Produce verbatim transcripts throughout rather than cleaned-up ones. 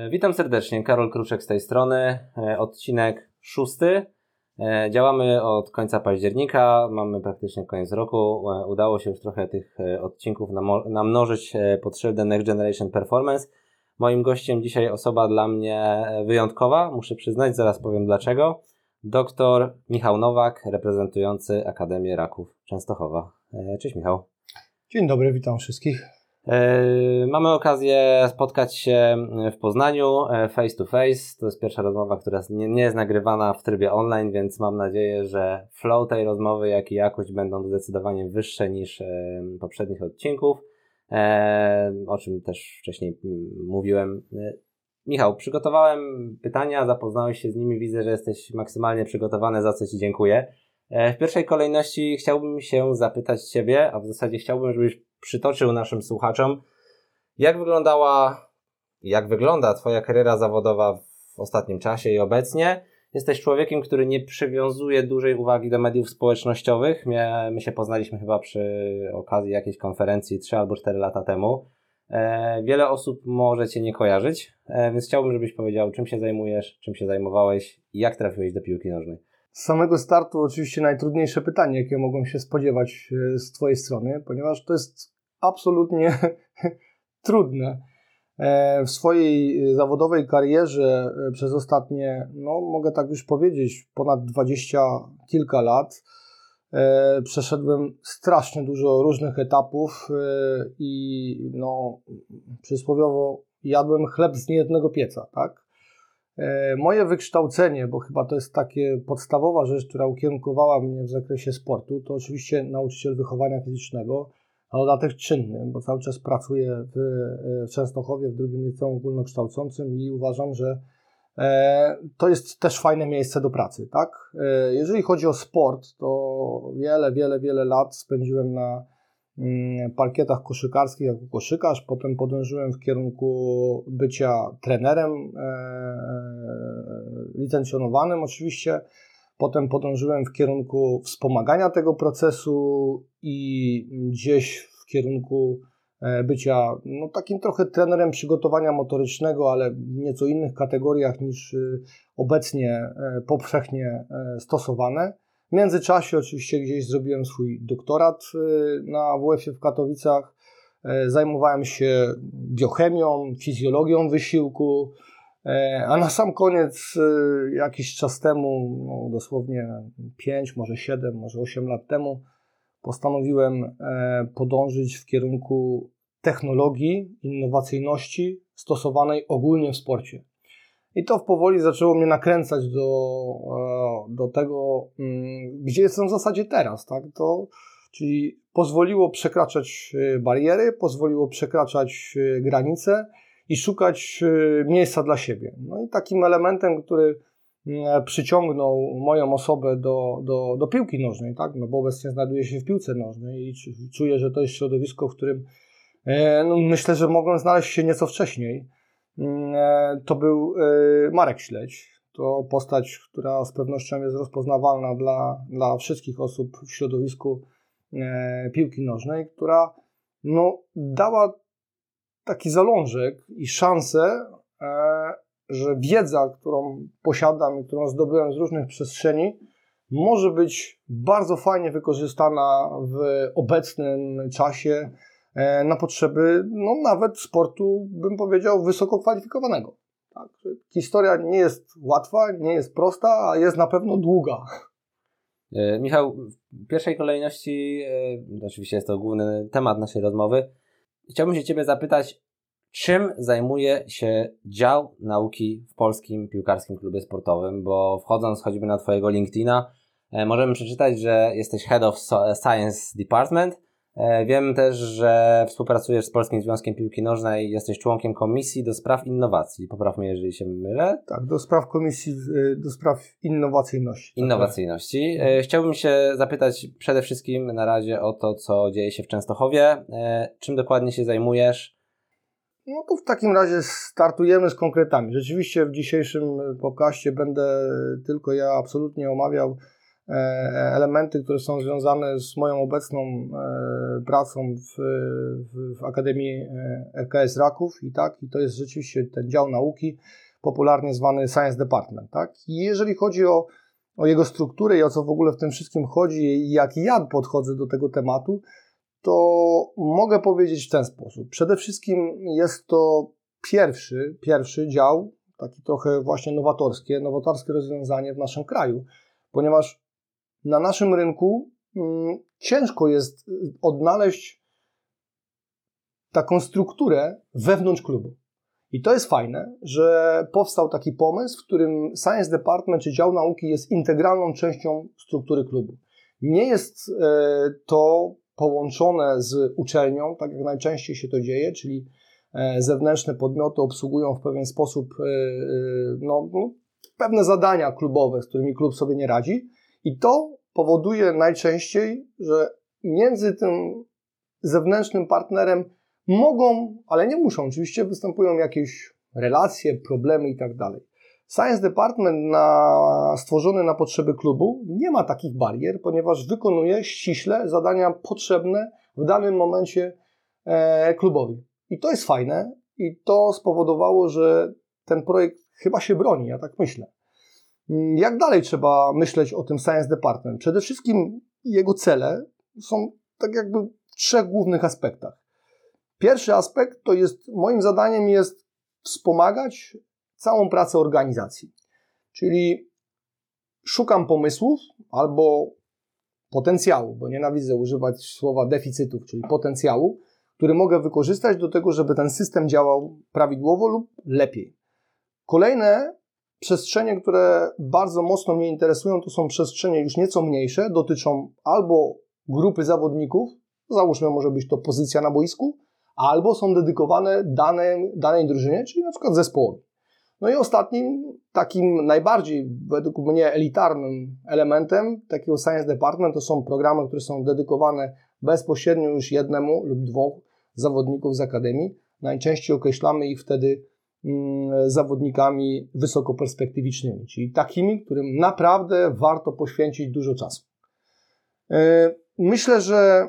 Witam serdecznie, Karol Kruszek z tej strony, odcinek szósty. Działamy od końca października, mamy praktycznie koniec roku. Udało się już trochę tych odcinków namnożyć pod szyldem Next Generation Performance. Moim gościem dzisiaj osoba dla mnie wyjątkowa, muszę przyznać, zaraz powiem dlaczego. Doktor Michał Nowak, reprezentujący Akademię Raków Częstochowa. Cześć Michał. Dzień dobry, witam wszystkich. Mamy okazję spotkać się w Poznaniu face to face. To jest pierwsza rozmowa, która nie, nie jest nagrywana w trybie online, więc mam nadzieję, że flow tej rozmowy, jak i jakość będą zdecydowanie wyższe niż poprzednich odcinków, o czym też wcześniej mówiłem. Michał, przygotowałem pytania, zapoznałeś się z nimi, widzę, że jesteś maksymalnie przygotowany, za co Ci dziękuję. W pierwszej kolejności chciałbym się zapytać Ciebie, a w zasadzie chciałbym, żebyś przytoczył naszym słuchaczom, jak wyglądała, jak wygląda Twoja kariera zawodowa w ostatnim czasie i obecnie. Jesteś człowiekiem, który nie przywiązuje dużej uwagi do mediów społecznościowych. My, my się poznaliśmy chyba przy okazji jakiejś konferencji trzy albo cztery lata temu. E, wiele osób może Cię nie kojarzyć, e, więc chciałbym, żebyś powiedział, czym się zajmujesz, czym się zajmowałeś i jak trafiłeś do piłki nożnej. Z samego startu oczywiście najtrudniejsze pytanie, jakie mogą się spodziewać z Twojej strony, ponieważ to jest absolutnie trudne. W swojej zawodowej karierze przez ostatnie, no mogę tak już powiedzieć, ponad dwadzieścia kilka lat przeszedłem strasznie dużo różnych etapów i no przysłowiowo jadłem chleb z niejednego pieca, tak? Moje wykształcenie, bo chyba to jest takie podstawowa rzecz, która ukierunkowała mnie w zakresie sportu, to oczywiście nauczyciel wychowania fizycznego, na dodatek czynny, bo cały czas pracuję w, w Częstochowie, w drugim liceum ogólnokształcącym i uważam, że e, to jest też fajne miejsce do pracy, tak? E, jeżeli chodzi o sport, to wiele, wiele, wiele lat spędziłem na mm, parkietach koszykarskich jako koszykarz, potem podążyłem w kierunku bycia trenerem, e, e, licencjonowanym oczywiście. Potem podążyłem w kierunku wspomagania tego procesu i gdzieś w kierunku bycia no, takim trochę trenerem przygotowania motorycznego, ale w nieco innych kategoriach niż obecnie powszechnie stosowane. W międzyczasie oczywiście gdzieś zrobiłem swój doktorat na W F-ie w Katowicach. Zajmowałem się biochemią, fizjologią wysiłku. A na sam koniec, jakiś czas temu, no dosłownie pięć, może siedem, może osiem lat temu, postanowiłem podążyć w kierunku technologii, innowacyjności stosowanej ogólnie w sporcie. I to powoli zaczęło mnie nakręcać do, do tego, gdzie jestem w zasadzie teraz, tak? To, czyli pozwoliło przekraczać bariery, pozwoliło przekraczać granice i szukać miejsca dla siebie. No i takim elementem, który przyciągnął moją osobę do, do, do piłki nożnej, tak? No bo obecnie znajduję się w piłce nożnej i czuję, że to jest środowisko, w którym no myślę, że mogłem znaleźć się nieco wcześniej. To był Marek Śledź. To postać, która z pewnością jest rozpoznawalna dla, dla wszystkich osób w środowisku piłki nożnej, która no, dała taki zalążek i szansę, że wiedza, którą posiadam i którą zdobyłem z różnych przestrzeni, może być bardzo fajnie wykorzystana w obecnym czasie na potrzeby no, nawet sportu, bym powiedział, wysoko kwalifikowanego. Tak? Historia nie jest łatwa, nie jest prosta, a jest na pewno długa. Michał, w pierwszej kolejności, oczywiście jest to główny temat naszej rozmowy, chciałbym się Ciebie zapytać, czym zajmuje się dział nauki w Polskim Piłkarskim Klubie Sportowym, bo wchodząc choćby na Twojego LinkedIna, możemy przeczytać, że jesteś Head of Science Department. Wiem też, że współpracujesz z Polskim Związkiem Piłki Nożnej, jesteś członkiem Komisji do Spraw Innowacji. Popraw mnie, jeżeli się mylę. Tak, do spraw Komisji do Spraw Innowacyjności. Innowacyjności. Tak. Chciałbym się zapytać przede wszystkim na razie o to, co dzieje się w Częstochowie. Czym dokładnie się zajmujesz? No to w takim razie startujemy z konkretami. Rzeczywiście w dzisiejszym podcaście będę tylko ja absolutnie omawiał elementy, które są związane z moją obecną pracą w, w, w Akademii R K S Raków i tak, i to jest rzeczywiście ten dział nauki, popularnie zwany Science Department, tak. I jeżeli chodzi o, o jego strukturę i o co w ogóle w tym wszystkim chodzi i jak ja podchodzę do tego tematu, to mogę powiedzieć w ten sposób. Przede wszystkim jest to pierwszy, pierwszy dział, taki trochę właśnie nowatorskie, nowatorskie rozwiązanie w naszym kraju, ponieważ na naszym rynku mm, ciężko jest odnaleźć taką strukturę wewnątrz klubu. I to jest fajne, że powstał taki pomysł, w którym Science Department czy dział nauki jest integralną częścią struktury klubu. Nie jest e, to połączone z uczelnią, tak jak najczęściej się to dzieje, czyli e, zewnętrzne podmioty obsługują w pewien sposób e, e, no, no, pewne zadania klubowe, z którymi klub sobie nie radzi. I to powoduje najczęściej, że między tym zewnętrznym partnerem mogą, ale nie muszą, oczywiście występują jakieś relacje, problemy i tak dalej. Science Department na, stworzony na potrzeby klubu nie ma takich barier, ponieważ wykonuje ściśle zadania potrzebne w danym momencie e, klubowi. I to jest fajne i to spowodowało, że ten projekt chyba się broni, ja tak myślę. Jak dalej trzeba myśleć o tym Science Department? Przede wszystkim jego cele są tak jakby w trzech głównych aspektach. Pierwszy aspekt to jest, moim zadaniem jest wspomagać całą pracę organizacji. Czyli szukam pomysłów albo potencjału, bo nienawidzę używać słowa deficytów, czyli potencjału, który mogę wykorzystać do tego, żeby ten system działał prawidłowo lub lepiej. Kolejne przestrzenie, które bardzo mocno mnie interesują, to są przestrzenie już nieco mniejsze, dotyczą albo grupy zawodników, załóżmy może być to pozycja na boisku, albo są dedykowane danej, danej drużynie, czyli na przykład zespołowi. No i ostatnim, takim najbardziej według mnie elitarnym elementem takiego Science Department to są programy, które są dedykowane bezpośrednio już jednemu lub dwóch zawodników z Akademii. Najczęściej określamy ich wtedy mm, zawodnikami wysokoperspektywicznymi, czyli takimi, którym naprawdę warto poświęcić dużo czasu. Yy, myślę, że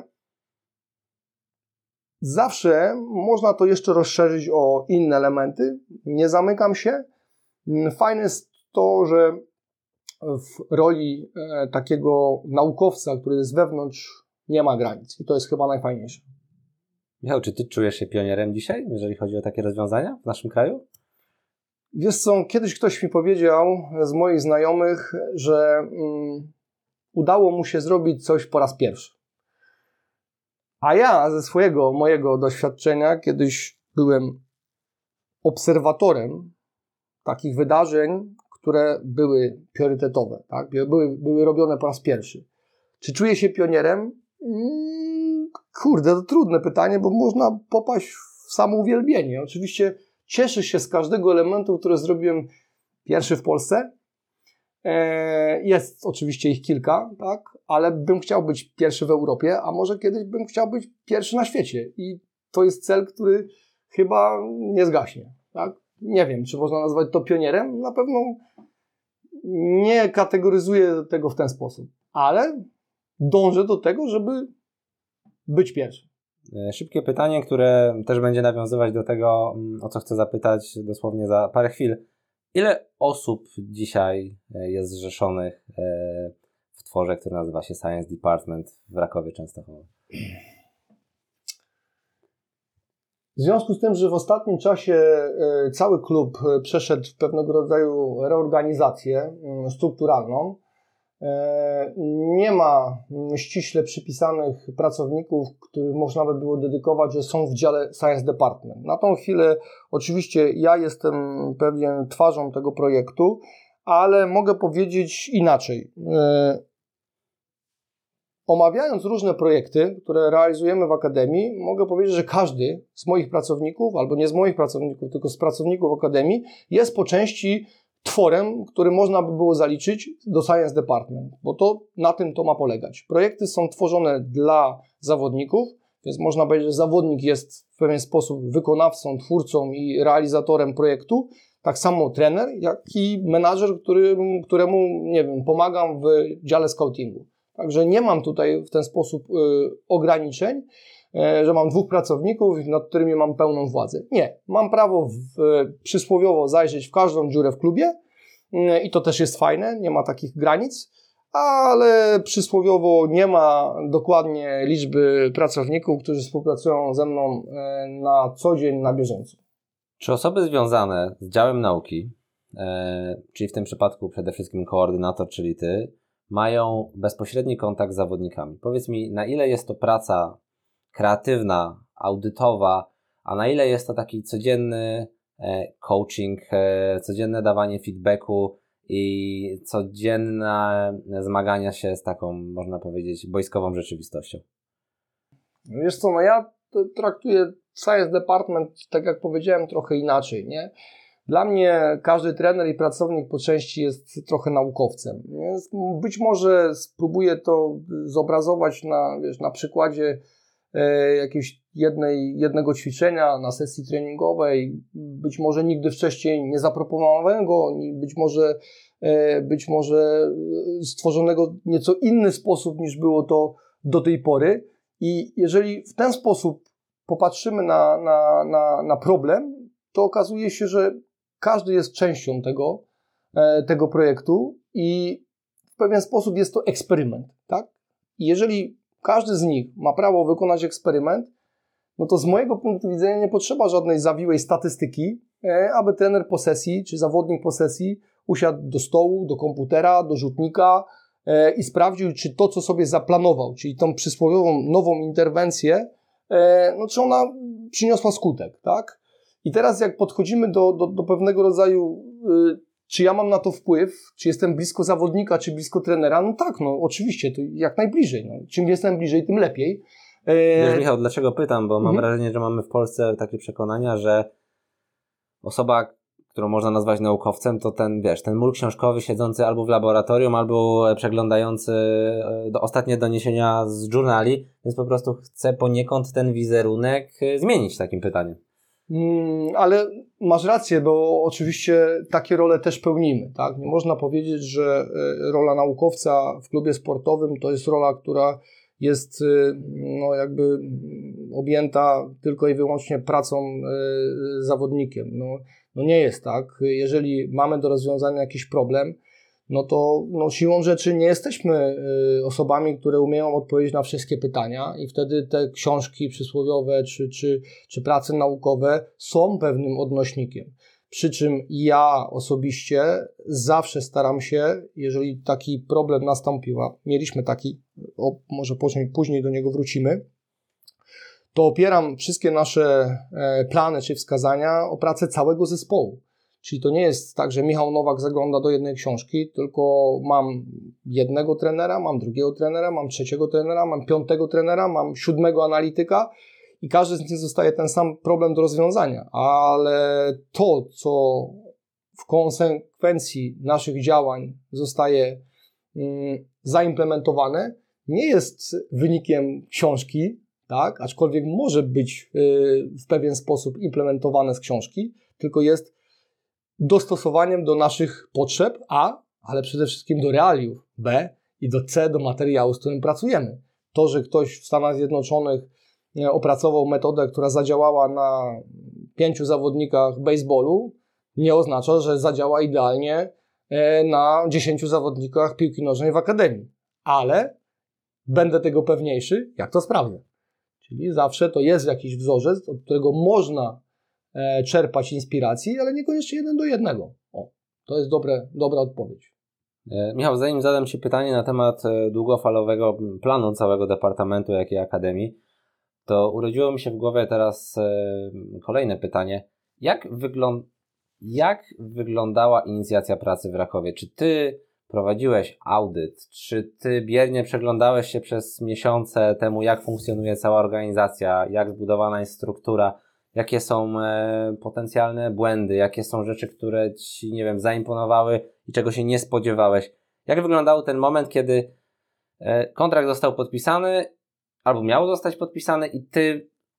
zawsze można to jeszcze rozszerzyć o inne elementy. Nie zamykam się. Fajne jest to, że w roli e, takiego naukowca, który jest wewnątrz, nie ma granic. I to jest chyba najfajniejsze. Michał, czy ty czujesz się pionierem dzisiaj, jeżeli chodzi o takie rozwiązania w naszym kraju? Wiesz co, kiedyś ktoś mi powiedział z moich znajomych, że mm, udało mu się zrobić coś po raz pierwszy. A ja ze swojego, mojego doświadczenia kiedyś byłem obserwatorem takich wydarzeń, które były priorytetowe, tak? były, były robione po raz pierwszy. Czy czuję się pionierem? Mm, kurde, to trudne pytanie, bo można popaść w samouwielbienie. Oczywiście cieszę się z każdego elementu, który zrobiłem pierwszy w Polsce. Jest oczywiście ich kilka, tak, ale bym chciał być pierwszy w Europie, a może kiedyś bym chciał być pierwszy na świecie i to jest cel, który chyba nie zgaśnie, tak. Nie wiem, czy można nazwać to pionierem, na pewno nie kategoryzuję tego w ten sposób, ale dążę do tego, żeby być pierwszy. Szybkie pytanie, które też będzie nawiązywać do tego, o co chcę zapytać dosłownie za parę chwil. Ile osób dzisiaj jest zrzeszonych w tworze, który nazywa się Science Department w Rakowie Częstochowie? W związku z tym, że w ostatnim czasie cały klub przeszedł pewnego rodzaju reorganizację strukturalną, nie ma ściśle przypisanych pracowników, których można by było dedykować, że są w dziale Science Department. Na tą chwilę oczywiście ja jestem pewien twarzą tego projektu, ale mogę powiedzieć inaczej. Omawiając różne projekty, które realizujemy w Akademii, mogę powiedzieć, że każdy z moich pracowników, albo nie z moich pracowników, tylko z pracowników Akademii, jest po części tworem, który można by było zaliczyć do Science Department, bo to na tym to ma polegać. Projekty są tworzone dla zawodników, więc można powiedzieć, że zawodnik jest w pewien sposób wykonawcą, twórcą i realizatorem projektu, Tak samo trener, jak i menadżer, który, któremu, nie wiem, pomagam w dziale scoutingu. Także nie mam tutaj w ten sposób y, ograniczeń, y, że mam dwóch pracowników, nad którymi mam pełną władzę. Nie. Mam prawo w, y, przysłowiowo zajrzeć w każdą dziurę w klubie y, i to też jest fajne, nie ma takich granic, ale przysłowiowo nie ma dokładnie liczby pracowników, którzy współpracują ze mną y, na co dzień, na bieżąco. Czy osoby związane z działem nauki, e, czyli w tym przypadku przede wszystkim koordynator, czyli ty, mają bezpośredni kontakt z zawodnikami? Powiedz mi, na ile jest to praca kreatywna, audytowa, a na ile jest to taki codzienny e, coaching, e, codzienne dawanie feedbacku i codzienne zmagania się z taką, można powiedzieć, wojskową rzeczywistością? Wiesz co, no ja traktuję Science Department, tak jak powiedziałem, trochę inaczej, nie? Dla mnie każdy trener i pracownik po części jest trochę naukowcem. Więc być może spróbuję to zobrazować na, wiesz, na przykładzie e, jakiejś jednej, jednego ćwiczenia na sesji treningowej, być może nigdy wcześniej nie zaproponowanego, być może, e, być może stworzonego w nieco inny sposób niż było to do tej pory. I jeżeli w ten sposób popatrzymy na, na, na, na problem, to okazuje się, że każdy jest częścią tego, e, tego projektu i w pewien sposób jest to eksperyment, tak? I jeżeli każdy z nich ma prawo wykonać eksperyment, no to z mojego punktu widzenia nie potrzeba żadnej zawiłej statystyki, e, aby trener po sesji, czy zawodnik po sesji usiadł do stołu, do komputera, do rzutnika e, i sprawdził, czy to, co sobie zaplanował, czyli tą przysłowiową nową interwencję, e, no czy ona przyniosła skutek, tak? I teraz jak podchodzimy do, do, do pewnego rodzaju, y, czy ja mam na to wpływ, czy jestem blisko zawodnika, czy blisko trenera, no tak, no oczywiście, to jak najbliżej. No. Czym jestem bliżej, tym lepiej. E... Wiesz, Michał, dlaczego pytam? Bo mam mhm. wrażenie, że mamy w Polsce takie przekonania, że osoba, którą można nazwać naukowcem, to ten, wiesz, ten mól książkowy siedzący albo w laboratorium, albo przeglądający do, ostatnie doniesienia z journali, więc po prostu chce poniekąd ten wizerunek zmienić takim pytaniem. Hmm, ale masz rację, bo oczywiście takie role też pełnimy, tak? Nie można powiedzieć, że rola naukowca w klubie sportowym to jest rola, która jest no jakby objęta tylko i wyłącznie pracą z zawodnikiem. No, no nie jest tak. Jeżeli mamy do rozwiązania jakiś problem, no to no siłą rzeczy nie jesteśmy osobami, które umieją odpowiedzieć na wszystkie pytania i wtedy te książki przysłowiowe czy, czy, czy prace naukowe są pewnym odnośnikiem. Przy czym ja osobiście zawsze staram się, jeżeli taki problem nastąpił, a mieliśmy taki, o, może później, później do niego wrócimy, to opieram wszystkie nasze plany czy wskazania o pracę całego zespołu. Czyli to nie jest tak, że Michał Nowak zagląda do jednej książki, tylko mam jednego trenera, mam drugiego trenera, mam trzeciego trenera, mam piątego trenera, mam siódmego analityka i każdy z nich zostaje ten sam problem do rozwiązania. Ale to, co w konsekwencji naszych działań zostaje mm, zaimplementowane, nie jest wynikiem książki, tak? Aczkolwiek może być yy, w pewien sposób implementowane z książki, tylko jest dostosowaniem do naszych potrzeb, A, ale przede wszystkim do realiów, B i do C, do materiału, z którym pracujemy. To, że ktoś w Stanach Zjednoczonych opracował metodę, która zadziałała na pięciu zawodnikach baseballu, nie oznacza, że zadziała idealnie na dziesięciu zawodnikach piłki nożnej w akademii. Ale będę tego pewniejszy, jak to sprawdzę. Czyli zawsze to jest jakiś wzorzec, od którego można czerpać inspiracji, ale niekoniecznie jeden do jednego. O, to jest dobre, dobra odpowiedź. Michał, zanim zadam Ci pytanie na temat długofalowego planu całego departamentu, jak i akademii, to urodziło mi się w głowie teraz kolejne pytanie. Jak, wyglą- jak wyglądała inicjacja pracy w Rakowie? Czy Ty prowadziłeś audyt? Czy Ty biernie przeglądałeś się przez miesiące temu, jak funkcjonuje cała organizacja, jak zbudowana jest struktura? Jakie są e, potencjalne błędy, jakie są rzeczy, które Ci, nie wiem, zaimponowały i czego się nie spodziewałeś? Jak wyglądał ten moment, kiedy e, kontrakt został podpisany albo miał zostać podpisany i Ty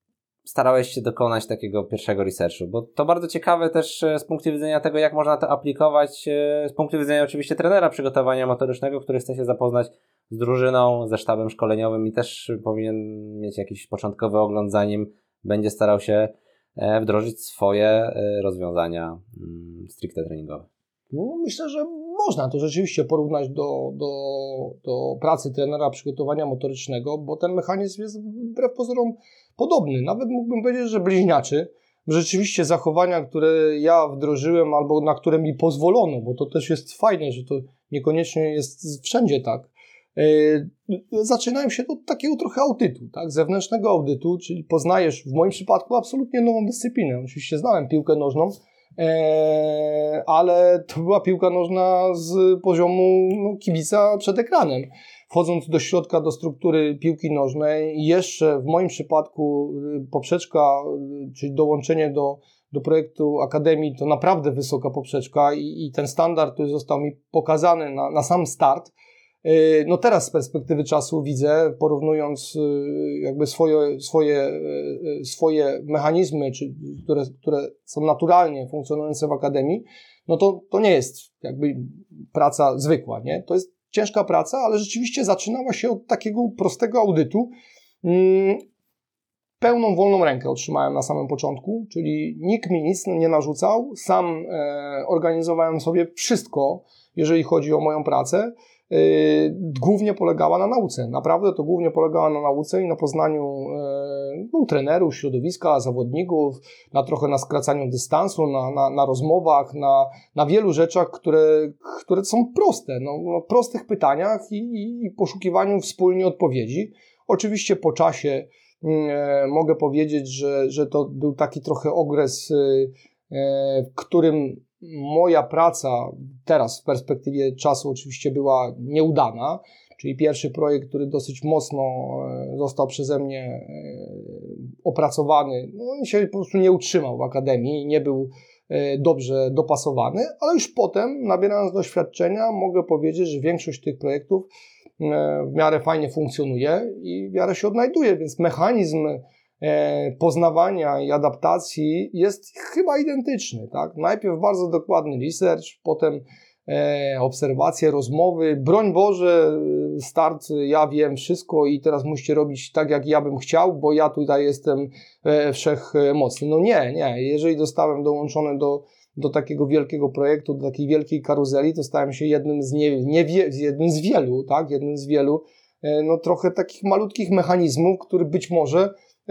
starałeś się dokonać takiego pierwszego researchu? Bo to bardzo ciekawe też z punktu widzenia tego, jak można to aplikować, z punktu widzenia oczywiście trenera przygotowania motorycznego, który chce się zapoznać z drużyną, ze sztabem szkoleniowym i też powinien mieć jakiś początkowy ogląd, zanim będzie starał się wdrożyć swoje rozwiązania stricte treningowe. No, myślę, że można to rzeczywiście porównać do, do, do pracy trenera przygotowania motorycznego, bo ten mechanizm jest wbrew pozorom podobny. Nawet mógłbym powiedzieć, że bliźniaczy. Rzeczywiście zachowania, które ja wdrożyłem albo na które mi pozwolono, bo to też jest fajne, że to niekoniecznie jest wszędzie tak, yy, zaczynają się od takiego trochę audytu, tak? Zewnętrznego audytu, czyli poznajesz w moim przypadku absolutnie nową dyscyplinę. Oczywiście znałem piłkę nożną, Eee, ale to była piłka nożna z poziomu no, kibica przed ekranem. Wchodząc do środka, do struktury piłki nożnej, jeszcze w moim przypadku poprzeczka, czyli dołączenie do, do projektu Akademii, to naprawdę wysoka poprzeczka i, i ten standard, który został mi pokazany na, na sam start. No teraz z perspektywy czasu widzę, porównując jakby swoje, swoje, swoje mechanizmy, czy, które, które są naturalnie funkcjonujące w Akademii, no to, to nie jest jakby praca zwykła, nie? To jest ciężka praca, ale rzeczywiście zaczynała się od takiego prostego audytu. Pełną wolną rękę otrzymałem na samym początku, czyli nikt mi nic nie narzucał, sam organizowałem sobie wszystko, jeżeli chodzi o moją pracę. Yy, głównie polegała na nauce. Naprawdę to głównie polegała na nauce i na poznaniu yy, no, trenerów, środowiska, zawodników, na trochę na skracaniu dystansu, na, na, na rozmowach, na, na wielu rzeczach, które, które są proste, no, no, prostych pytaniach i, i, i poszukiwaniu wspólnie odpowiedzi. Oczywiście po czasie yy, mogę powiedzieć, że, że to był taki trochę okres, yy, w którym moja praca teraz w perspektywie czasu oczywiście była nieudana, czyli pierwszy projekt, który dosyć mocno został przeze mnie opracowany, no on się po prostu nie utrzymał w Akademii, nie był dobrze dopasowany, ale już potem, nabierając doświadczenia, mogę powiedzieć, że większość tych projektów w miarę fajnie funkcjonuje i w miarę się odnajduje, więc mechanizm poznawania i adaptacji jest chyba identyczny, tak? Najpierw bardzo dokładny research, potem e, obserwacje, rozmowy. Broń Boże, start, ja wiem wszystko i teraz musicie robić tak, jak ja bym chciał, bo ja tutaj jestem e, wszechmocny. No nie, nie. Jeżeli zostałem dołączony do, do takiego wielkiego projektu, do takiej wielkiej karuzeli, to stałem się jednym z, nie, nie wie, jednym z wielu, tak? Jednym z wielu, e, no trochę takich malutkich mechanizmów, który być może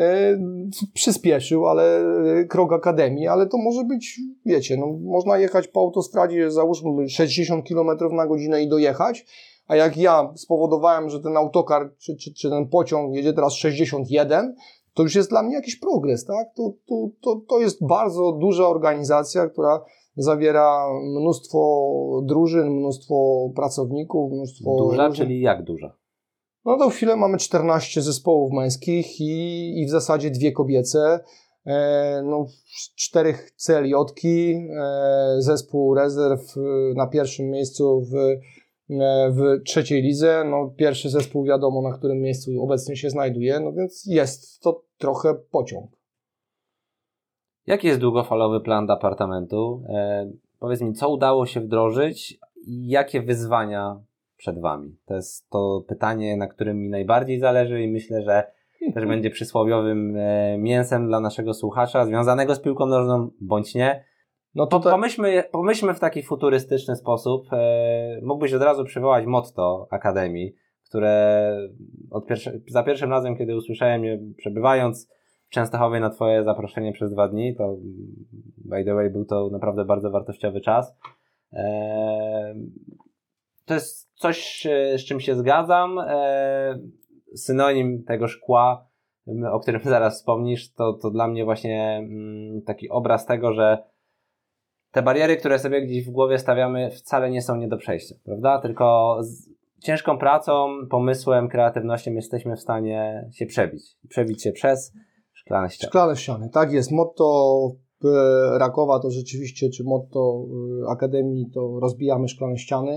przyspieszył, ale krok Akademii, ale to może być, wiecie, no można jechać po autostradzie, załóżmy sześćdziesiąt kilometrów na godzinę i dojechać, a jak ja spowodowałem, że ten autokar czy, czy, czy ten pociąg jedzie teraz sześćdziesiąt jeden, to już jest dla mnie jakiś progres, tak? To, to, to, to jest bardzo duża organizacja, która zawiera mnóstwo drużyn, mnóstwo pracowników, mnóstwo... Duża, czyli jak duża? No to w chwilę mamy czternaście zespołów męskich i, i w zasadzie dwie kobiece, e, no czterech C L J-ki, e, zespół rezerw na pierwszym miejscu w, e, w trzeciej lidze, no pierwszy zespół wiadomo na którym miejscu obecnie się znajduje, no więc jest to trochę pociąg. Jaki jest długofalowy plan departamentu? E, powiedz mi, co udało się wdrożyć i jakie wyzwania przed Wami? To jest to pytanie, na którym mi najbardziej zależy i myślę, że też będzie przysłowiowym mięsem dla naszego słuchacza, związanego z piłką nożną bądź nie. No to pomyślmy, pomyślmy w taki futurystyczny sposób. Mógłbyś od razu przywołać motto Akademii, które od pierwsze, za pierwszym razem, kiedy usłyszałem je przebywając w Częstochowie na Twoje zaproszenie przez dwa dni, to by the way był to naprawdę bardzo wartościowy czas. To jest coś, z czym się zgadzam. Synonim tego szkła, o którym zaraz wspomnisz, to, to dla mnie właśnie taki obraz tego, że te bariery, które sobie gdzieś w głowie stawiamy, wcale nie są nie do przejścia, prawda? Tylko z ciężką pracą, pomysłem, kreatywnością jesteśmy w stanie się przebić. Przebić się przez szklane ściany. Szklane ściany, tak jest. Motto Rakowa to rzeczywiście, czy motto Akademii to rozbijamy szklane ściany.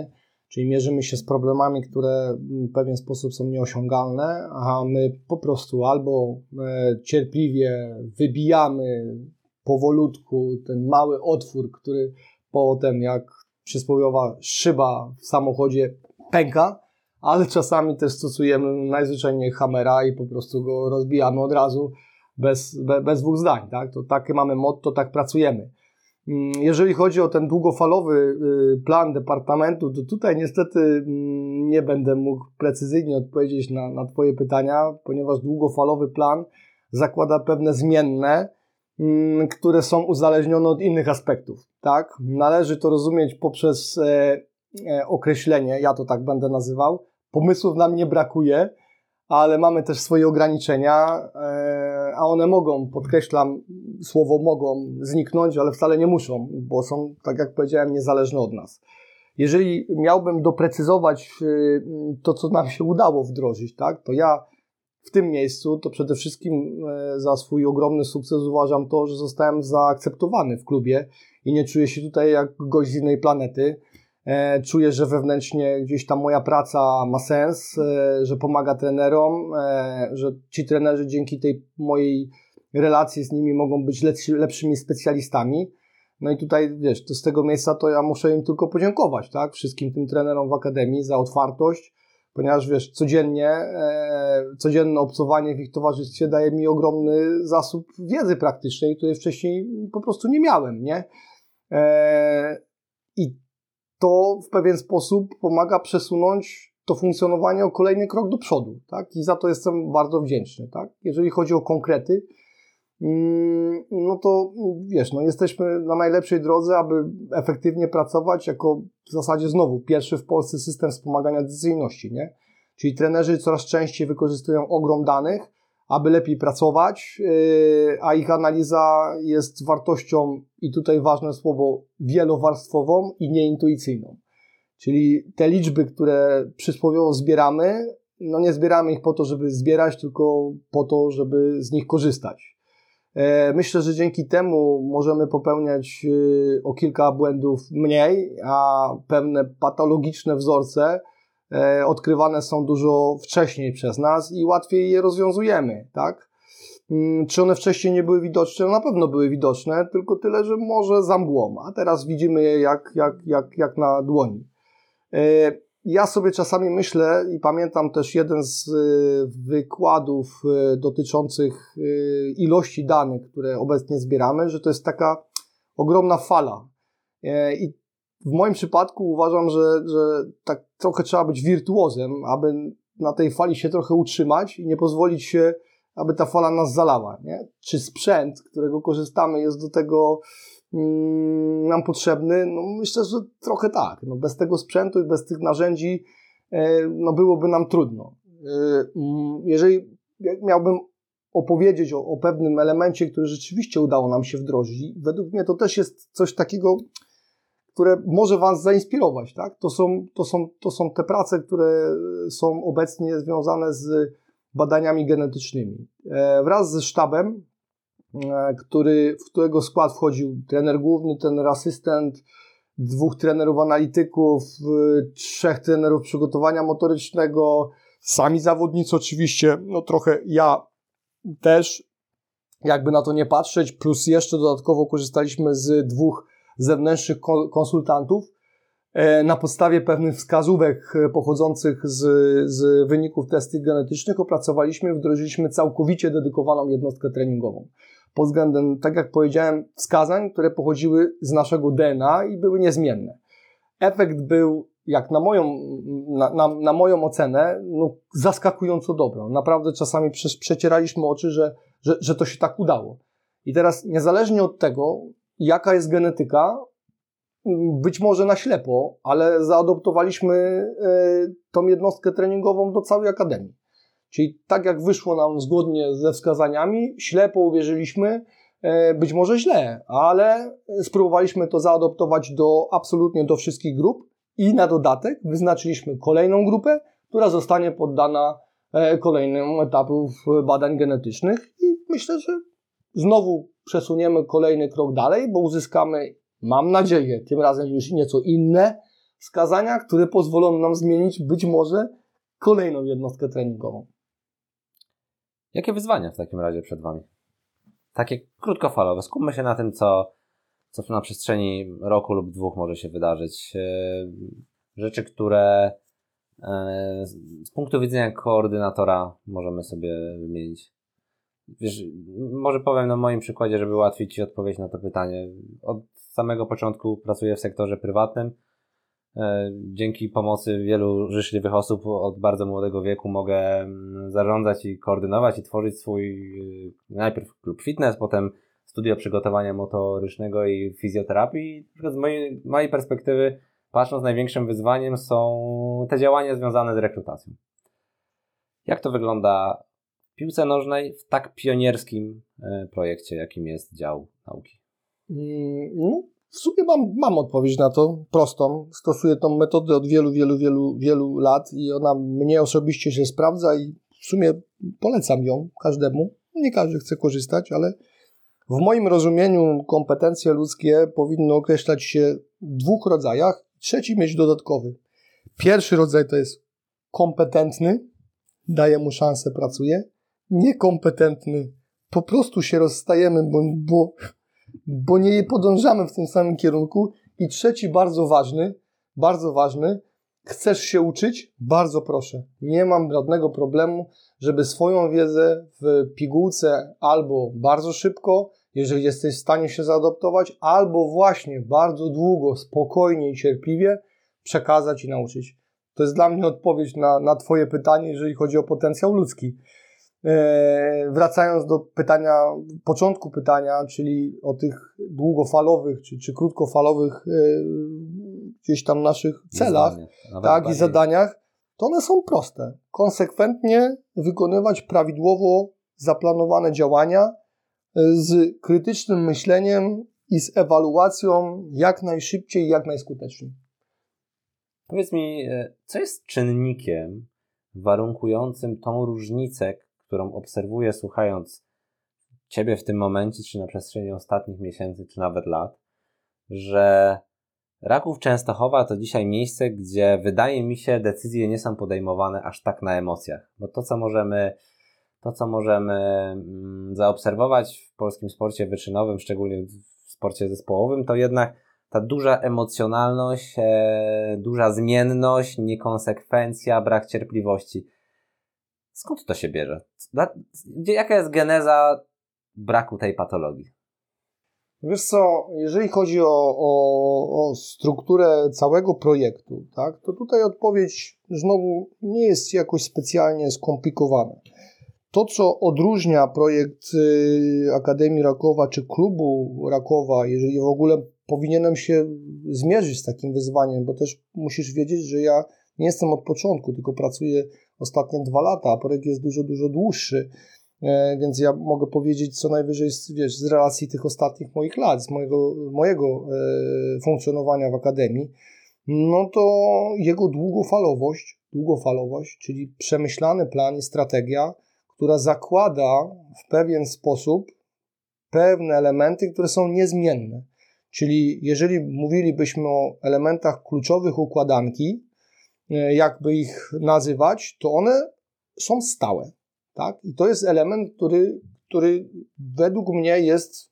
Czyli mierzymy się z problemami, które w pewien sposób są nieosiągalne, a my po prostu albo cierpliwie wybijamy powolutku ten mały otwór, który potem jak przysłowiowa szyba w samochodzie pęka, ale czasami też stosujemy najzwyczajniej hamera i po prostu go rozbijamy od razu bez, bez, bez dwóch zdań. Tak? To takie mamy motto, tak pracujemy. Jeżeli chodzi o ten długofalowy plan departamentu, to tutaj niestety nie będę mógł precyzyjnie odpowiedzieć na, na Twoje pytania, ponieważ długofalowy plan zakłada pewne zmienne, które są uzależnione od innych aspektów. Tak? Należy to rozumieć poprzez e, e, określenie, ja to tak będę nazywał, pomysłów nam nie brakuje, ale mamy też swoje ograniczenia, e, a one mogą, podkreślam, słowo mogą zniknąć, ale wcale nie muszą, bo są, tak jak powiedziałem, niezależne od nas. Jeżeli miałbym doprecyzować e, to, co nam się udało wdrożyć, tak, to ja w tym miejscu to przede wszystkim za swój ogromny sukces uważam to, że zostałem zaakceptowany w klubie i nie czuję się tutaj jak gość z innej planety. Czuję, że wewnętrznie gdzieś tam moja praca ma sens, że pomaga trenerom, że ci trenerzy dzięki tej mojej relacji z nimi mogą być lepsi, lepszymi specjalistami. No i tutaj, wiesz, to z tego miejsca to ja muszę im tylko podziękować, tak? Wszystkim tym trenerom w Akademii za otwartość, ponieważ, wiesz, codziennie, e, codzienne obcowanie w ich towarzystwie daje mi ogromny zasób wiedzy praktycznej, której wcześniej po prostu nie miałem, nie? E, I to w pewien sposób pomaga przesunąć to funkcjonowanie o kolejny krok do przodu, tak? I za to jestem bardzo wdzięczny, tak? Jeżeli chodzi o konkrety, no to wiesz, no jesteśmy na najlepszej drodze, aby efektywnie pracować jako w zasadzie znowu pierwszy w Polsce system wspomagania decyzyjności, nie? Czyli trenerzy coraz częściej wykorzystują ogrom danych, aby lepiej pracować, a ich analiza jest wartością, i tutaj ważne słowo, wielowarstwową i nieintuicyjną. Czyli te liczby, które przysłowiowo zbieramy, no nie zbieramy ich po to, żeby zbierać, tylko po to, żeby z nich korzystać. Myślę, że dzięki temu możemy popełniać o kilka błędów mniej, a pewne patologiczne wzorce odkrywane są dużo wcześniej przez nas i łatwiej je rozwiązujemy, tak? Czy one wcześniej nie były widoczne? Na pewno były widoczne, tylko tyle, że może za mgłą, a teraz widzimy je jak, jak, jak, jak na dłoni. Ja sobie czasami myślę i pamiętam też jeden z wykładów dotyczących ilości danych, które obecnie zbieramy, że to jest taka ogromna fala. I w moim przypadku uważam, że, że tak trochę trzeba być wirtuozem, aby na tej fali się trochę utrzymać i nie pozwolić się, aby ta fala nas zalała, nie? Czy sprzęt, którego korzystamy, jest do tego mm, nam potrzebny? No myślę, że trochę tak. No bez tego sprzętu i bez tych narzędzi e, no byłoby nam trudno. E, jeżeli miałbym opowiedzieć o, o pewnym elemencie, który rzeczywiście udało nam się wdrożyć, według mnie to też jest coś takiego, które może Was zainspirować, tak? To są, to są, to są te prace, które są obecnie związane z badaniami genetycznymi. Wraz ze sztabem, który, w którego skład wchodził trener główny, trener asystent, dwóch trenerów analityków, trzech trenerów przygotowania motorycznego, sami zawodnicy oczywiście, no trochę ja też, jakby na to nie patrzeć, plus jeszcze dodatkowo korzystaliśmy z dwóch zewnętrznych konsultantów na podstawie pewnych wskazówek pochodzących z, z wyników testów genetycznych opracowaliśmy, wdrożyliśmy całkowicie dedykowaną jednostkę treningową. Pod względem, tak jak powiedziałem, wskazań, które pochodziły z naszego D N A i były niezmienne. Efekt był, jak na moją, na, na, na moją ocenę, no, zaskakująco dobry. Naprawdę czasami prze, przecieraliśmy oczy, że, że, że to się tak udało. I teraz niezależnie od tego, jaka jest genetyka, być może na ślepo, ale zaadoptowaliśmy y, tą jednostkę treningową do całej Akademii. Czyli tak jak wyszło nam zgodnie ze wskazaniami, ślepo uwierzyliśmy, y, być może źle, ale spróbowaliśmy to zaadoptować do absolutnie do wszystkich grup i na dodatek wyznaczyliśmy kolejną grupę, która zostanie poddana y, kolejnym etapom badań genetycznych i myślę, że znowu przesuniemy kolejny krok dalej, bo uzyskamy, mam nadzieję, tym razem już nieco inne wskazania, które pozwolą nam zmienić być może kolejną jednostkę treningową. Jakie wyzwania w takim razie przed Wami? Takie krótkofalowe. Skupmy się na tym, co, co na przestrzeni roku lub dwóch może się wydarzyć. Rzeczy, które z punktu widzenia koordynatora możemy sobie wymienić. Wiesz, może powiem na moim przykładzie, żeby ułatwić Ci odpowiedź na to pytanie. Od samego początku pracuję w sektorze prywatnym. Dzięki pomocy wielu życzliwych osób od bardzo młodego wieku mogę zarządzać i koordynować i tworzyć swój najpierw klub fitness, potem studio przygotowania motorycznego i fizjoterapii. Z mojej, mojej perspektywy, patrząc, największym wyzwaniem są te działania związane z rekrutacją. Jak to wygląda w piłce nożnej w tak pionierskim projekcie, jakim jest dział nauki? No, w sumie mam, mam odpowiedź na to, prostą. Stosuję tą metodę od wielu, wielu, wielu, wielu lat i ona mnie osobiście się sprawdza i w sumie polecam ją każdemu. Nie każdy chce korzystać, ale w moim rozumieniu kompetencje ludzkie powinny określać się w dwóch rodzajach. Trzeci mieć dodatkowy. Pierwszy rodzaj to jest kompetentny, daje mu szansę, pracuje. Niekompetentny, po prostu się rozstajemy, bo, bo, bo nie podążamy w tym samym kierunku. I trzeci, bardzo ważny, bardzo ważny, chcesz się uczyć? Bardzo proszę. Nie mam żadnego problemu, żeby swoją wiedzę w pigułce albo bardzo szybko, jeżeli jesteś w stanie się zaadoptować, albo właśnie bardzo długo, spokojnie i cierpliwie przekazać i nauczyć. To jest dla mnie odpowiedź na, na Twoje pytanie, jeżeli chodzi o potencjał ludzki. Eee, wracając do pytania, początku pytania, czyli o tych długofalowych czy, czy krótkofalowych e, gdzieś tam naszych celach, tak, i zadaniach, to one są proste. Konsekwentnie wykonywać prawidłowo zaplanowane działania z krytycznym myśleniem i z ewaluacją jak najszybciej i jak najskuteczniej. Powiedz mi, co jest czynnikiem warunkującym tą różnicę, którą obserwuję słuchając Ciebie w tym momencie, czy na przestrzeni ostatnich miesięcy, czy nawet lat, że Raków Częstochowa to dzisiaj miejsce, gdzie wydaje mi się decyzje nie są podejmowane aż tak na emocjach. Bo to, co możemy To, co możemy mm, zaobserwować w polskim sporcie wyczynowym, szczególnie w sporcie zespołowym, to jednak ta duża emocjonalność, e, duża zmienność, niekonsekwencja, brak cierpliwości. Skąd to się bierze? Gdzie, jaka jest geneza braku tej patologii? Wiesz co, jeżeli chodzi o, o, o strukturę całego projektu, tak, to tutaj odpowiedź znowu nie jest jakoś specjalnie skomplikowana. To, co odróżnia projekt Akademii Rakowa czy klubu Rakowa, jeżeli w ogóle powinienem się zmierzyć z takim wyzwaniem, bo też musisz wiedzieć, że ja nie jestem od początku, tylko pracuję ostatnie dwa lata, a projekt jest dużo, dużo dłuższy, więc ja mogę powiedzieć co najwyżej z, wiesz, z relacji tych ostatnich moich lat, z mojego, mojego e, funkcjonowania w Akademii, no to jego długofalowość, długofalowość, czyli przemyślany plan i strategia, która zakłada w pewien sposób pewne elementy, które są niezmienne. Czyli jeżeli mówilibyśmy o elementach kluczowych układanki, jakby ich nazywać, to one są stałe. Tak? I to jest element, który, który według mnie jest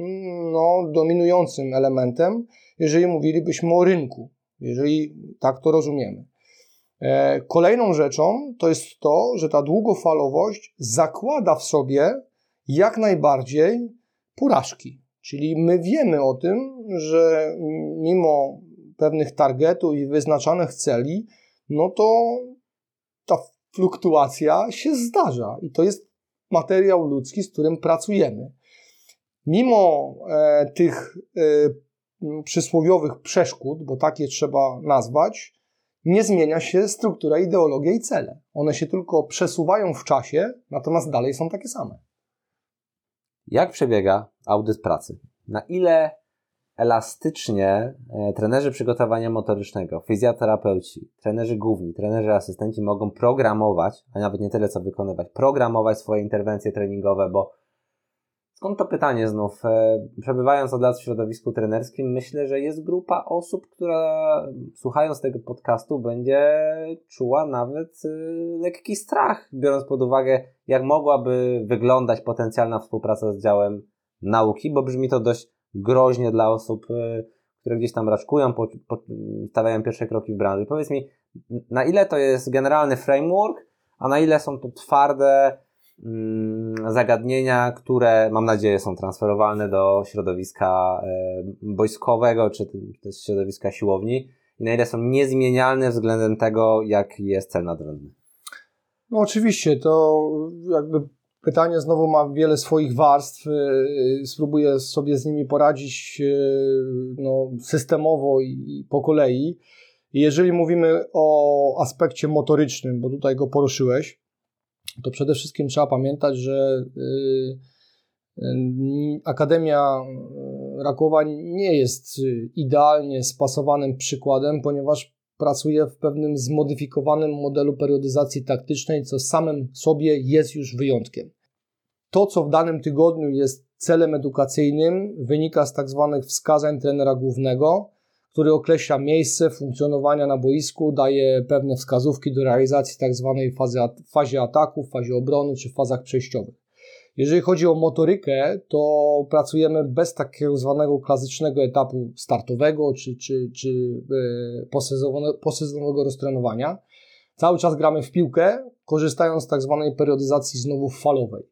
no, dominującym elementem, jeżeli mówilibyśmy o rynku, jeżeli tak to rozumiemy. Kolejną rzeczą to jest to, że ta długofalowość zakłada w sobie jak najbardziej porażki. Czyli my wiemy o tym, że mimo pewnych targetów i wyznaczanych celi, no to ta fluktuacja się zdarza i to jest materiał ludzki, z którym pracujemy. Mimo e, tych e, przysłowiowych przeszkód, bo takie trzeba nazwać, nie zmienia się struktura, ideologia i cele. One się tylko przesuwają w czasie, natomiast dalej są takie same. Jak przebiega audyt pracy? Na ile elastycznie e, trenerzy przygotowania motorycznego, fizjoterapeuci, trenerzy główni, trenerzy asystenci mogą programować, a nawet nie tyle co wykonywać, programować swoje interwencje treningowe, bo Skąd to pytanie znów? E, przebywając od lat w środowisku trenerskim, myślę, że jest grupa osób, która słuchając tego podcastu będzie czuła nawet y, lekki strach, biorąc pod uwagę, jak mogłaby wyglądać potencjalna współpraca z działem nauki, bo brzmi to dość groźnie dla osób, y, które gdzieś tam raczkują, po, po, stawiają pierwsze kroki w branży. Powiedz mi, na ile to jest generalny framework, a na ile są to twarde zagadnienia, które mam nadzieję są transferowalne do środowiska wojskowego czy też środowiska siłowni i na ile są niezmienialne względem tego, jaki jest cel nadrzędny. No oczywiście, to jakby pytanie znowu ma wiele swoich warstw, spróbuję sobie z nimi poradzić no, systemowo i po kolei. Jeżeli mówimy o aspekcie motorycznym, bo tutaj go poruszyłeś, to przede wszystkim trzeba pamiętać, że Akademia Rakowa nie jest idealnie spasowanym przykładem, ponieważ pracuje w pewnym zmodyfikowanym modelu periodyzacji taktycznej, co samym sobie jest już wyjątkiem. To, co w danym tygodniu jest celem edukacyjnym, wynika z tak zwanych wskazań trenera głównego, który określa miejsce funkcjonowania na boisku, daje pewne wskazówki do realizacji tak zwanej fazy, fazie ataku, fazie obrony czy fazach przejściowych. Jeżeli chodzi o motorykę, to pracujemy bez takiego zwanego klasycznego etapu startowego czy, czy, czy posezonowego, posezonowego roztrenowania. Cały czas gramy w piłkę, korzystając z tak zwanej periodyzacji znowu falowej.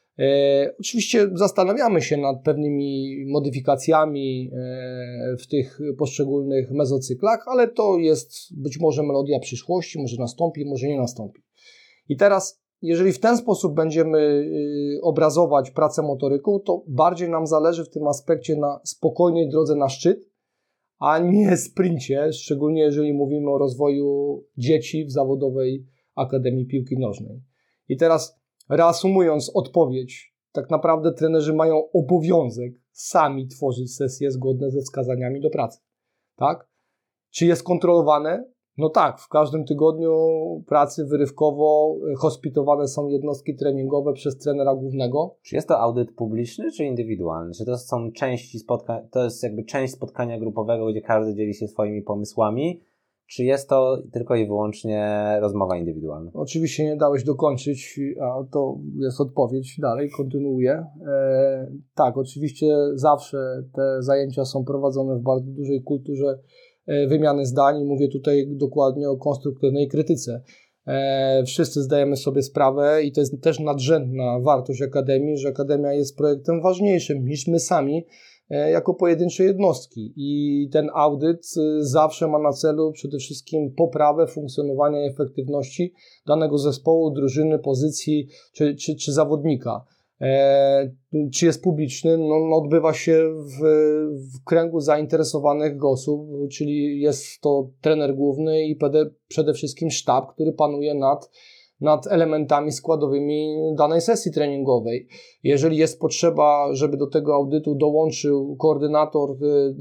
E, oczywiście zastanawiamy się nad pewnymi modyfikacjami e, w tych poszczególnych mezocyklach, ale to jest być może melodia przyszłości, może nastąpi, może nie nastąpi. I teraz, jeżeli w ten sposób będziemy y, obrazować pracę motoryką, to bardziej nam zależy w tym aspekcie na spokojnej drodze na szczyt, a nie sprincie, szczególnie jeżeli mówimy o rozwoju dzieci w zawodowej Akademii Piłki Nożnej. I teraz reasumując odpowiedź, tak naprawdę trenerzy mają obowiązek sami tworzyć sesje zgodne ze wskazaniami do pracy. Tak? Czy jest kontrolowane? No tak, w każdym tygodniu pracy wyrywkowo hospitowane są jednostki treningowe przez trenera głównego. Czy jest to audyt publiczny czy indywidualny? Czy to są części spotkań, to jest jakby część spotkania grupowego, gdzie każdy dzieli się swoimi pomysłami? Czy jest to tylko i wyłącznie rozmowa indywidualna? Oczywiście nie dałeś dokończyć, a to jest odpowiedź. Dalej, kontynuuję. E, tak, oczywiście zawsze te zajęcia są prowadzone w bardzo dużej kulturze e, wymiany zdań. Mówię tutaj dokładnie o konstruktywnej krytyce. E, wszyscy zdajemy sobie sprawę i to jest też nadrzędna wartość Akademii, że Akademia jest projektem ważniejszym niż my sami, jako pojedyncze jednostki i ten audyt zawsze ma na celu przede wszystkim poprawę funkcjonowania i efektywności danego zespołu, drużyny, pozycji czy, czy, czy zawodnika. E, czy jest publiczny? No, no odbywa się w, w kręgu zainteresowanych osób, czyli jest to trener główny i pede, przede wszystkim sztab, który panuje nad nad elementami składowymi danej sesji treningowej. Jeżeli jest potrzeba, żeby do tego audytu dołączył koordynator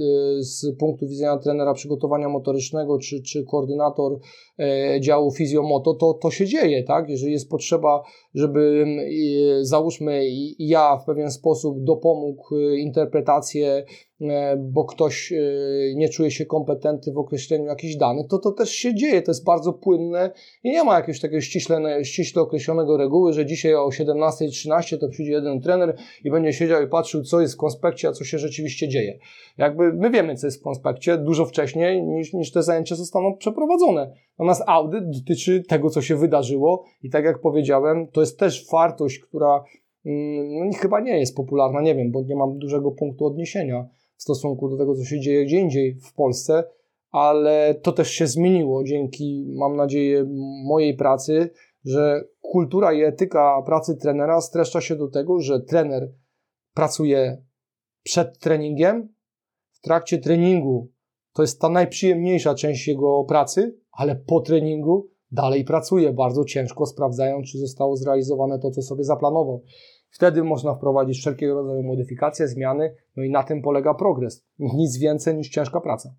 z punktu widzenia trenera przygotowania motorycznego, czy, czy koordynator działu fizjomoto, to, to się dzieje, tak? Jeżeli jest potrzeba, żeby załóżmy ja w pewien sposób dopomógł interpretację, bo ktoś nie czuje się kompetentny w określeniu jakichś danych, to to też się dzieje, to jest bardzo płynne i nie ma jakiegoś takiego ściśle, ściśle określonego reguły, że dzisiaj o siedemnasta trzynaście to przyjdzie jeden trener i będzie siedział i patrzył, co jest w konspekcie, a co się rzeczywiście dzieje. Jakby my wiemy, co jest w konspekcie dużo wcześniej niż, niż te zajęcia zostaną przeprowadzone. Natomiast audyt dotyczy tego, co się wydarzyło i tak jak powiedziałem, to jest też wartość, która no, chyba nie jest popularna, nie wiem, bo nie mam dużego punktu odniesienia w stosunku do tego, co się dzieje gdzie indziej w Polsce, ale to też się zmieniło dzięki, mam nadzieję, mojej pracy, że kultura i etyka pracy trenera streszcza się do tego, że trener pracuje przed treningiem, w trakcie treningu to jest ta najprzyjemniejsza część jego pracy, ale po treningu dalej pracuje bardzo ciężko, sprawdzając, czy zostało zrealizowane to, co sobie zaplanował. Wtedy można wprowadzić wszelkiego rodzaju modyfikacje, zmiany, no i na tym polega progres. Nic więcej niż ciężka praca.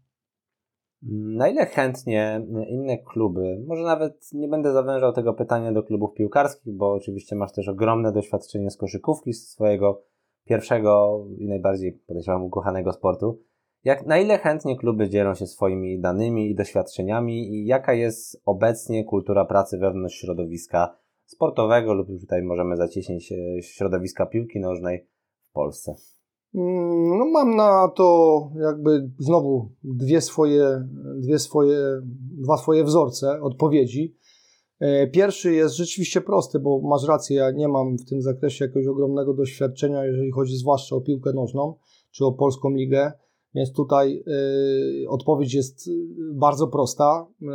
Na ile chętnie inne kluby, może nawet nie będę zawężał tego pytania do klubów piłkarskich, bo oczywiście masz też ogromne doświadczenie z koszykówki, z swojego pierwszego i najbardziej, podejrzewam, ukochanego sportu. Jak, na ile chętnie kluby dzielą się swoimi danymi i doświadczeniami i jaka jest obecnie kultura pracy wewnątrz środowiska sportowego lub już tutaj możemy zacieśnić środowiska piłki nożnej w Polsce? No mam na to jakby znowu dwie swoje, dwie swoje, dwa swoje wzorce odpowiedzi. Pierwszy jest rzeczywiście prosty, bo masz rację, ja nie mam w tym zakresie jakiegoś ogromnego doświadczenia, jeżeli chodzi zwłaszcza o piłkę nożną, czy o polską ligę, więc tutaj y, odpowiedź jest bardzo prosta. Y,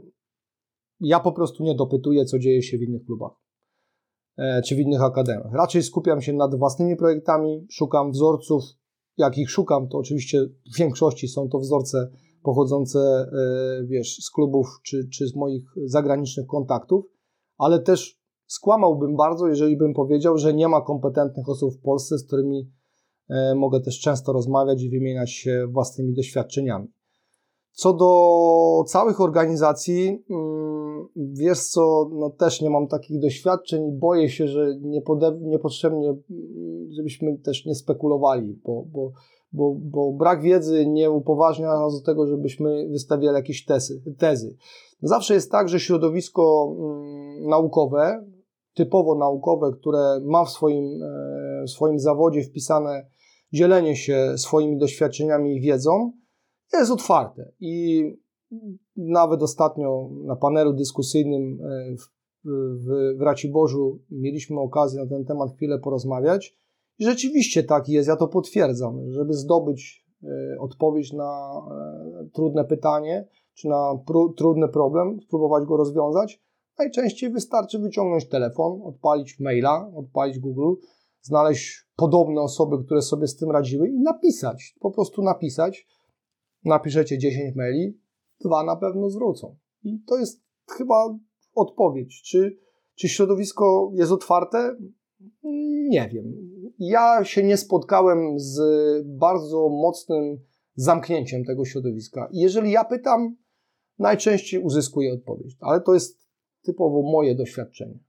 ja po prostu nie dopytuję, co dzieje się w innych klubach, y, czy w innych akademiach. Raczej skupiam się nad własnymi projektami, szukam wzorców, jak ich szukam, to oczywiście w większości są to wzorce pochodzące, wiesz, z klubów czy, czy z moich zagranicznych kontaktów, ale też skłamałbym bardzo, jeżeli bym powiedział, że nie ma kompetentnych osób w Polsce, z którymi mogę też często rozmawiać i wymieniać się własnymi doświadczeniami. Co do całych organizacji, wiesz co, no też nie mam takich doświadczeń i boję się, że niepode- niepotrzebnie, żebyśmy też nie spekulowali, bo, bo Bo, bo brak wiedzy nie upoważnia nas do tego, żebyśmy wystawiali jakieś tezy. tezy. Zawsze jest tak, że środowisko mm, naukowe, typowo naukowe, które ma w swoim, e, w swoim zawodzie wpisane dzielenie się swoimi doświadczeniami i wiedzą, jest otwarte. I nawet ostatnio na panelu dyskusyjnym w, w, w Raciborzu mieliśmy okazję na ten temat chwilę porozmawiać. I rzeczywiście tak jest, ja to potwierdzam, żeby zdobyć y, odpowiedź na y, trudne pytanie, czy na pr- trudny problem, spróbować go rozwiązać, najczęściej wystarczy wyciągnąć telefon, odpalić maila, odpalić Google, znaleźć podobne osoby, które sobie z tym radziły i napisać, po prostu napisać. Napiszecie dziesięć maili, dwa na pewno zwrócą. I to jest chyba odpowiedź. Czy, czy środowisko jest otwarte? Nie wiem. Ja się nie spotkałem z bardzo mocnym zamknięciem tego środowiska. I jeżeli ja pytam, najczęściej uzyskuję odpowiedź. Ale to jest typowo moje doświadczenie.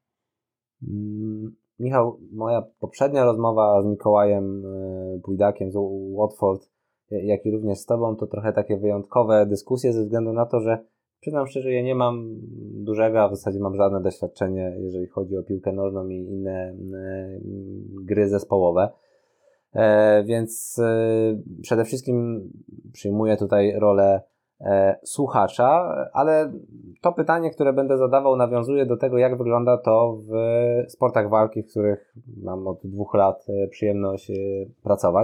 Mm, Michał, moja poprzednia rozmowa z Mikołajem Bujdakiem z Watford, jak i również z Tobą, to trochę takie wyjątkowe dyskusje ze względu na to, że przyznam szczerze, ja nie mam dużego, a w zasadzie mam żadne doświadczenie, jeżeli chodzi o piłkę nożną i inne e, gry zespołowe. E, więc e, przede wszystkim przyjmuję tutaj rolę e, słuchacza, ale to pytanie, które będę zadawał, nawiązuje do tego, jak wygląda to w sportach walki, w których mam od dwóch lat e, przyjemność e, pracować.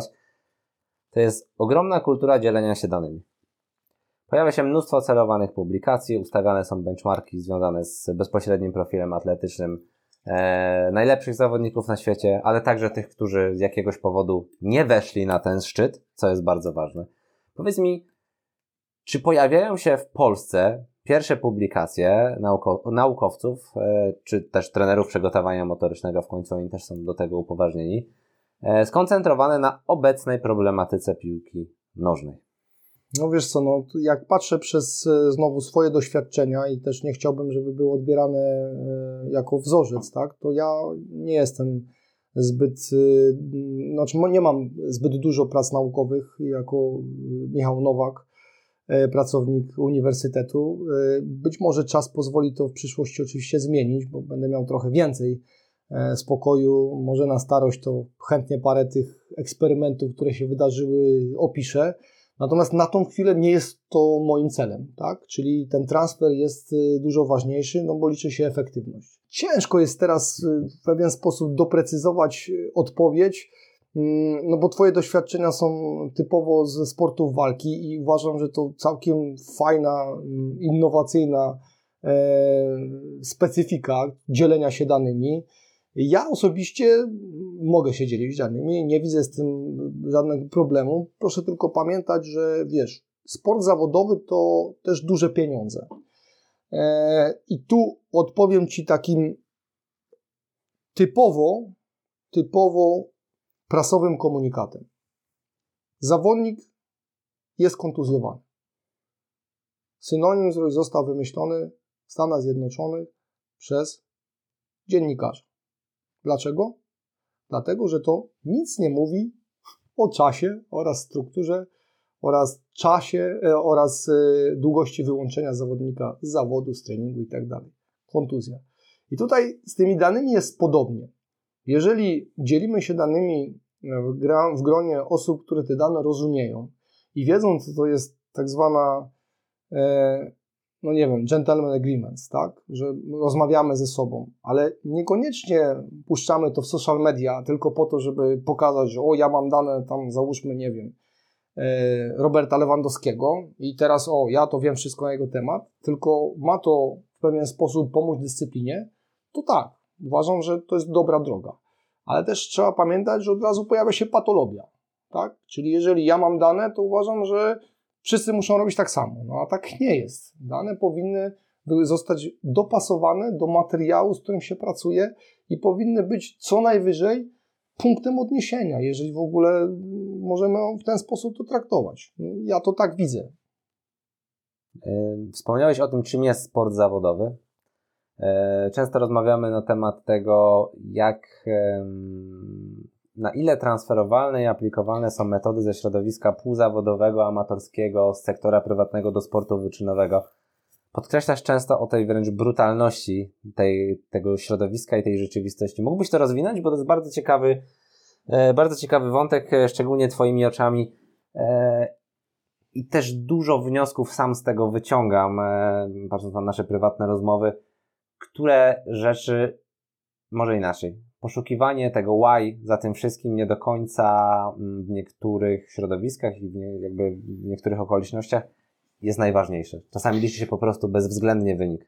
To jest ogromna kultura dzielenia się danymi. Pojawia się mnóstwo celowanych publikacji, ustawiane są benchmarki związane z bezpośrednim profilem atletycznym e, najlepszych zawodników na świecie, ale także tych, którzy z jakiegoś powodu nie weszli na ten szczyt, co jest bardzo ważne. Powiedz mi, czy pojawiają się w Polsce pierwsze publikacje nauko- naukowców, e, czy też trenerów przygotowania motorycznego, w końcu oni też są do tego upoważnieni, e, skoncentrowane na obecnej problematyce piłki nożnej? No wiesz co, no, jak patrzę przez znowu swoje doświadczenia i też nie chciałbym, żeby było odbierane jako wzorzec, tak, to ja nie jestem zbyt, znaczy nie mam zbyt dużo prac naukowych jako Michał Nowak, pracownik uniwersytetu. Być może czas pozwoli to w przyszłości oczywiście zmienić, bo będę miał trochę więcej spokoju, może na starość to chętnie parę tych eksperymentów, które się wydarzyły, opiszę. Natomiast na tą chwilę nie jest to moim celem, tak? Czyli ten transfer jest dużo ważniejszy, no bo liczy się efektywność. Ciężko jest teraz w pewien sposób doprecyzować odpowiedź, no bo Twoje doświadczenia są typowo ze sportów walki i uważam, że to całkiem fajna, innowacyjna e, specyfika dzielenia się danymi. Ja osobiście mogę się dzielić danymi, nie widzę z tym żadnego problemu. Proszę tylko pamiętać, że wiesz, sport zawodowy to też duże pieniądze. I tu odpowiem Ci takim typowo, typowo prasowym komunikatem. Zawodnik jest kontuzjowany. Synonim został wymyślony w Stanach Zjednoczonych przez dziennikarzy. Dlaczego? dlatego że to nic nie mówi o czasie oraz strukturze oraz czasie e, oraz e, długości wyłączenia zawodnika z zawodu, z treningu i tak dalej. Kontuzja. I tutaj z tymi danymi jest podobnie. Jeżeli dzielimy się danymi w, gra, w gronie osób, które te dane rozumieją i wiedzą, co to jest tak zwana e, no nie wiem, gentleman agreements, tak, że rozmawiamy ze sobą, ale niekoniecznie puszczamy to w social media tylko po to, żeby pokazać, że o, ja mam dane tam, załóżmy, nie wiem, Roberta Lewandowskiego i teraz o, ja to wiem wszystko na jego temat, tylko ma to w pewien sposób pomóc dyscyplinie, to tak, uważam, że to jest dobra droga. Ale też trzeba pamiętać, że od razu pojawia się patologia, tak? Czyli jeżeli ja mam dane, to uważam, że wszyscy muszą robić tak samo, no a tak nie jest. Dane powinny zostać dopasowane do materiału, z którym się pracuje i powinny być co najwyżej punktem odniesienia, jeżeli w ogóle możemy w ten sposób to traktować. Ja to tak widzę. Wspomniałeś o tym, czym jest sport zawodowy. Często rozmawiamy na temat tego, jak, na ile transferowalne i aplikowalne są metody ze środowiska półzawodowego, amatorskiego, z sektora prywatnego do sportu wyczynowego. Podkreślasz często o tej wręcz brutalności tej, tego środowiska i tej rzeczywistości. Mógłbyś to rozwinąć? Bo to jest bardzo ciekawy, bardzo ciekawy wątek, szczególnie twoimi oczami. I też dużo wniosków sam z tego wyciągam, patrząc na nasze prywatne rozmowy. Które rzeczy, może inaczej, poszukiwanie tego why za tym wszystkim nie do końca w niektórych środowiskach i w nie, jakby w niektórych okolicznościach jest najważniejsze. Czasami liczy się po prostu bezwzględnie wynik.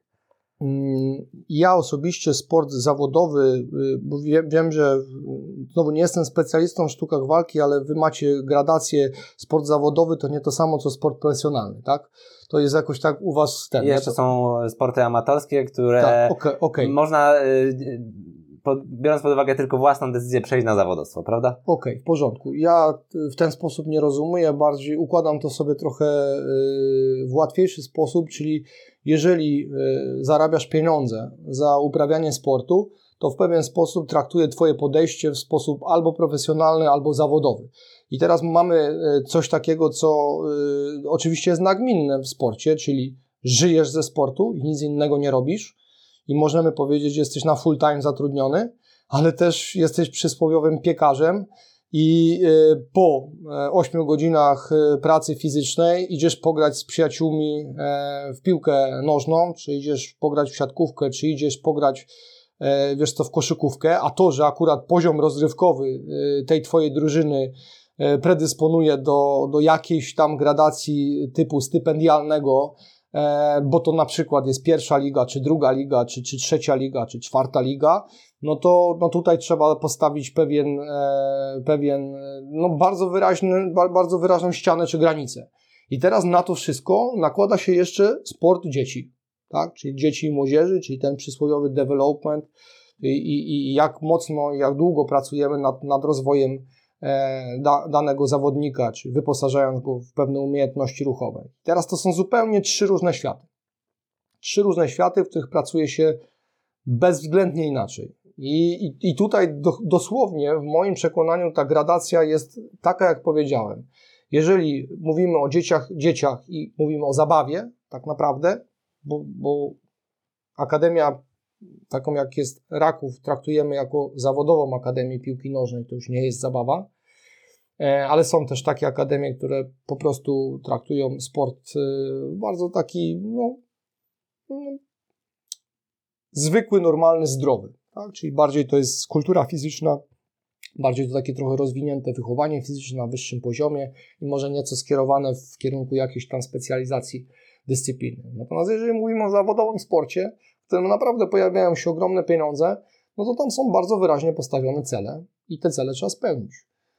Ja osobiście sport zawodowy, bo wiem, wiem, że znowu nie jestem specjalistą w sztukach walki, ale wy macie gradację, sport zawodowy to nie to samo co sport profesjonalny, tak? To jest jakoś tak u was ten. I jeszcze to... są sporty amatorskie, które tak, okay, okay. można, biorąc pod uwagę tylko własną decyzję, przejść na zawodowstwo, prawda? Okej, okay, w porządku. Ja w ten sposób nie rozumuję, bardziej układam to sobie trochę w łatwiejszy sposób, czyli jeżeli zarabiasz pieniądze za uprawianie sportu, to w pewien sposób traktuje twoje podejście w sposób albo profesjonalny, albo zawodowy. I teraz mamy coś takiego, co y, oczywiście jest nagminne w sporcie, czyli żyjesz ze sportu i nic innego nie robisz i możemy powiedzieć, że jesteś na full time zatrudniony, ale też jesteś przysłowiowym piekarzem i y, po ośmiu godzinach pracy fizycznej idziesz pograć z przyjaciółmi y, w piłkę nożną, czy idziesz pograć w siatkówkę, czy idziesz pograć y, wiesz co, w koszykówkę, a to, że akurat poziom rozrywkowy y, tej twojej drużyny predysponuje do, do jakiejś tam gradacji typu stypendialnego, e, bo to na przykład jest pierwsza liga, czy druga liga, czy, czy trzecia liga, czy czwarta liga, no to no tutaj trzeba postawić pewien, e, pewien no bardzo wyraźny, bardzo wyraźną ścianę czy granicę. I teraz na to wszystko nakłada się jeszcze sport dzieci, tak? Czyli dzieci i młodzieży, czyli ten przysłowiowy development i, i, i jak mocno, jak długo pracujemy nad, nad rozwojem Da, danego zawodnika, czy wyposażając go w pewne umiejętności ruchowe. Teraz to są zupełnie trzy różne światy. Trzy różne światy, w których pracuje się bezwzględnie inaczej. I, i, i tutaj do, dosłownie w moim przekonaniu ta gradacja jest taka, jak powiedziałem. Jeżeli mówimy o dzieciach, dzieciach i mówimy o zabawie, tak naprawdę, bo, bo Akademia taką jak jest Raków traktujemy jako zawodową akademię piłki nożnej, to już nie jest zabawa, ale są też takie akademie, które po prostu traktują sport bardzo taki no, no, zwykły, normalny, zdrowy, tak? Czyli bardziej to jest kultura fizyczna, bardziej to takie trochę rozwinięte wychowanie fizyczne na wyższym poziomie i może nieco skierowane w kierunku jakiejś tam specjalizacji dyscypliny. Natomiast jeżeli mówimy o zawodowym sporcie, w którym naprawdę pojawiają się ogromne pieniądze, no to tam są bardzo wyraźnie postawione cele i te cele trzeba spełnić.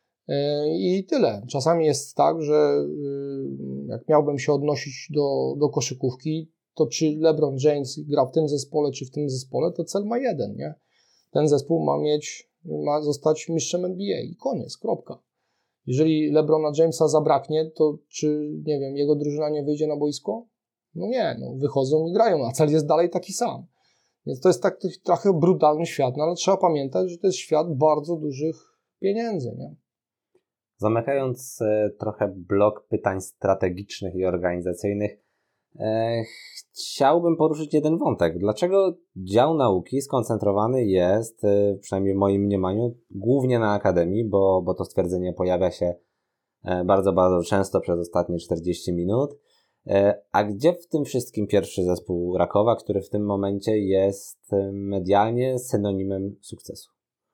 I tyle. Czasami jest tak, że jak miałbym się odnosić do, do koszykówki, to czy LeBron James gra w tym zespole, czy w tym zespole, to cel ma jeden, nie? Ten zespół ma mieć, ma zostać mistrzem N B A i koniec, kropka. Jeżeli LeBrona Jamesa zabraknie, to czy, nie wiem, jego drużyna nie wyjdzie na boisko? No nie, no wychodzą i grają, a cel jest dalej taki sam. Więc to jest tak trochę brutalny świat, no ale trzeba pamiętać, że to jest świat bardzo dużych pieniędzy, nie? Zamykając e, trochę blok pytań strategicznych i organizacyjnych, e, chciałbym poruszyć jeden wątek. Dlaczego dział nauki skoncentrowany jest, e, przynajmniej w moim mniemaniu, głównie na akademii, bo, bo to stwierdzenie pojawia się e, bardzo, bardzo często przez ostatnie czterdzieści minut. E, a gdzie w tym wszystkim pierwszy zespół Rakowa, który w tym momencie jest medialnie synonimem sukcesu?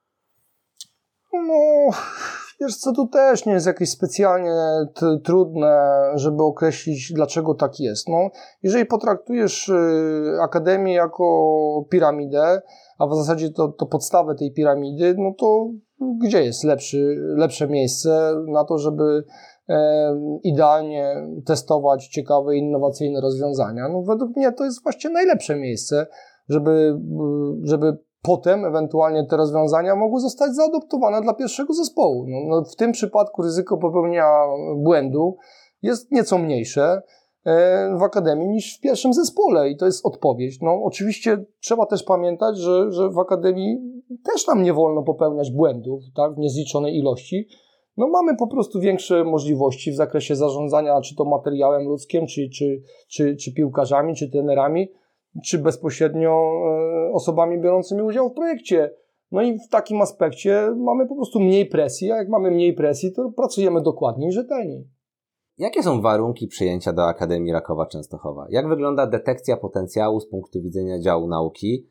No, wiesz co, tu też nie jest jakieś specjalnie t- trudne, żeby określić, dlaczego tak jest. No, jeżeli potraktujesz y, Akademię jako piramidę, a w zasadzie to, to podstawę tej piramidy, no to gdzie jest lepszy, lepsze miejsce na to, żeby e, idealnie testować ciekawe, innowacyjne rozwiązania? No, według mnie to jest właśnie najlepsze miejsce, żeby, żeby potem ewentualnie te rozwiązania mogły zostać zaadoptowane dla pierwszego zespołu. No, no w tym przypadku ryzyko popełnienia błędu jest nieco mniejsze w akademii niż w pierwszym zespole i to jest odpowiedź. No, oczywiście trzeba też pamiętać, że, że w akademii też nam nie wolno popełniać błędów, tak, w niezliczonej ilości. No, mamy po prostu większe możliwości w zakresie zarządzania czy to materiałem ludzkim, czy, czy, czy, czy piłkarzami, czy trenerami, czy bezpośrednio osobami biorącymi udział w projekcie. No i w takim aspekcie mamy po prostu mniej presji, a jak mamy mniej presji, to pracujemy dokładniej i rzetelniej. Jakie są warunki przyjęcia do Akademii Rakowa Częstochowa? Jak wygląda detekcja potencjału z punktu widzenia działu nauki?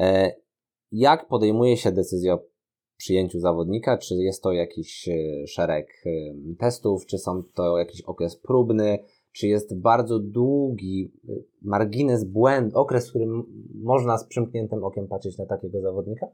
Jak podejmuje się decyzję o przyjęciu zawodnika? Czy jest to jakiś szereg testów? Czy są to jakiś okres próbny? Czy jest bardzo długi margines błędu, okres, w którym można z przymkniętym okiem patrzeć na takiego zawodnika?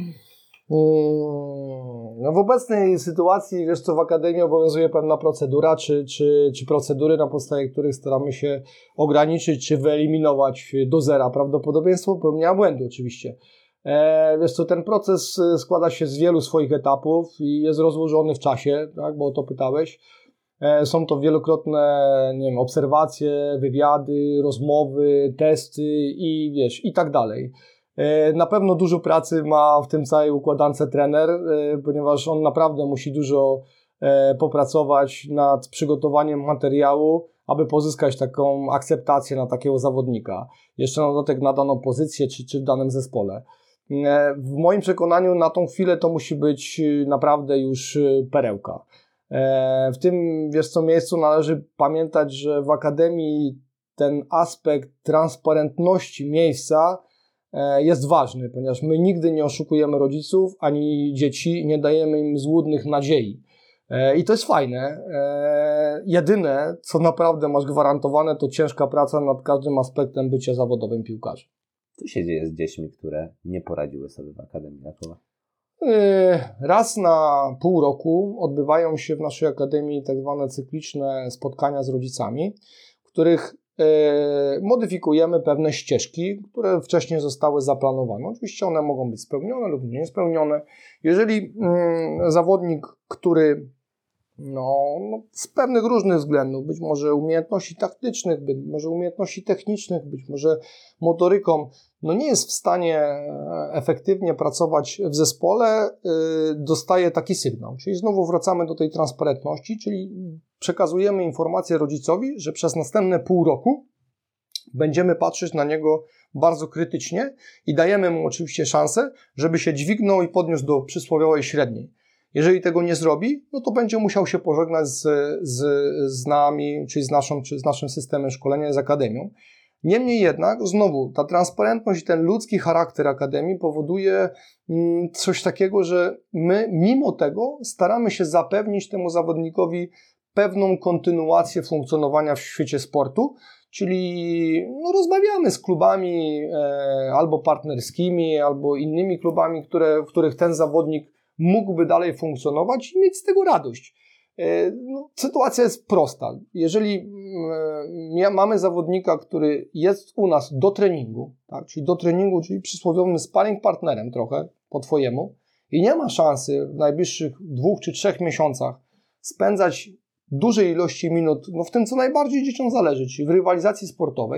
No w obecnej sytuacji, wiesz co, w Akademii obowiązuje pewna procedura, czy, czy, czy procedury, na podstawie których staramy się ograniczyć, czy wyeliminować do zera prawdopodobieństwo popełnienia błędu oczywiście. E, wiesz co, ten proces składa się z wielu swoich etapów i jest rozłożony w czasie, tak, bo o to pytałeś. Są to wielokrotne, nie wiem, obserwacje, wywiady, rozmowy, testy i wiesz, i tak dalej. Na pewno dużo pracy ma w tym całej układance trener, ponieważ on naprawdę musi dużo popracować nad przygotowaniem materiału, aby pozyskać taką akceptację na takiego zawodnika. Jeszcze na dodatek na daną pozycję czy, czy w danym zespole. W moim przekonaniu na tą chwilę to musi być naprawdę już perełka. W tym, wiesz co, miejscu należy pamiętać, że w Akademii ten aspekt transparentności miejsca jest ważny, ponieważ my nigdy nie oszukujemy rodziców ani dzieci, nie dajemy im złudnych nadziei. I to jest fajne. Jedyne, co naprawdę masz gwarantowane, to ciężka praca nad każdym aspektem bycia zawodowym piłkarzem. Co się dzieje z dziećmi, które nie poradziły sobie w Akademii Rakowa? Raz na pół roku odbywają się w naszej akademii tak zwane cykliczne spotkania z rodzicami, w których modyfikujemy pewne ścieżki, które wcześniej zostały zaplanowane. Oczywiście one mogą być spełnione lub niespełnione. Jeżeli zawodnik, który no, no, z pewnych różnych względów, być może umiejętności taktycznych, być może umiejętności technicznych, być może motoryką, no nie jest w stanie efektywnie pracować w zespole, yy, dostaje taki sygnał. Czyli znowu wracamy do tej transparentności, czyli przekazujemy informację rodzicowi, że przez następne pół roku będziemy patrzeć na niego bardzo krytycznie i dajemy mu oczywiście szansę, żeby się dźwignął i podniósł do przysłowiowej średniej. Jeżeli tego nie zrobi, no to będzie musiał się pożegnać z, z, z nami, czyli z, naszą, czy z naszym systemem szkolenia, z akademią. Niemniej jednak, znowu, ta transparentność i ten ludzki charakter akademii powoduje mm, coś takiego, że my mimo tego staramy się zapewnić temu zawodnikowi pewną kontynuację funkcjonowania w świecie sportu, czyli no, rozmawiamy z klubami e, albo partnerskimi, albo innymi klubami, które, w których ten zawodnik mógłby dalej funkcjonować i mieć z tego radość. No, sytuacja jest prosta. Jeżeli mamy zawodnika, który jest u nas do treningu, tak, czyli do treningu, czyli przysłowiowym sparring partnerem trochę po twojemu i nie ma szansy w najbliższych dwóch czy trzech miesiącach spędzać dużej ilości minut, no w tym co najbardziej dzieciom zależy, czyli w rywalizacji sportowej,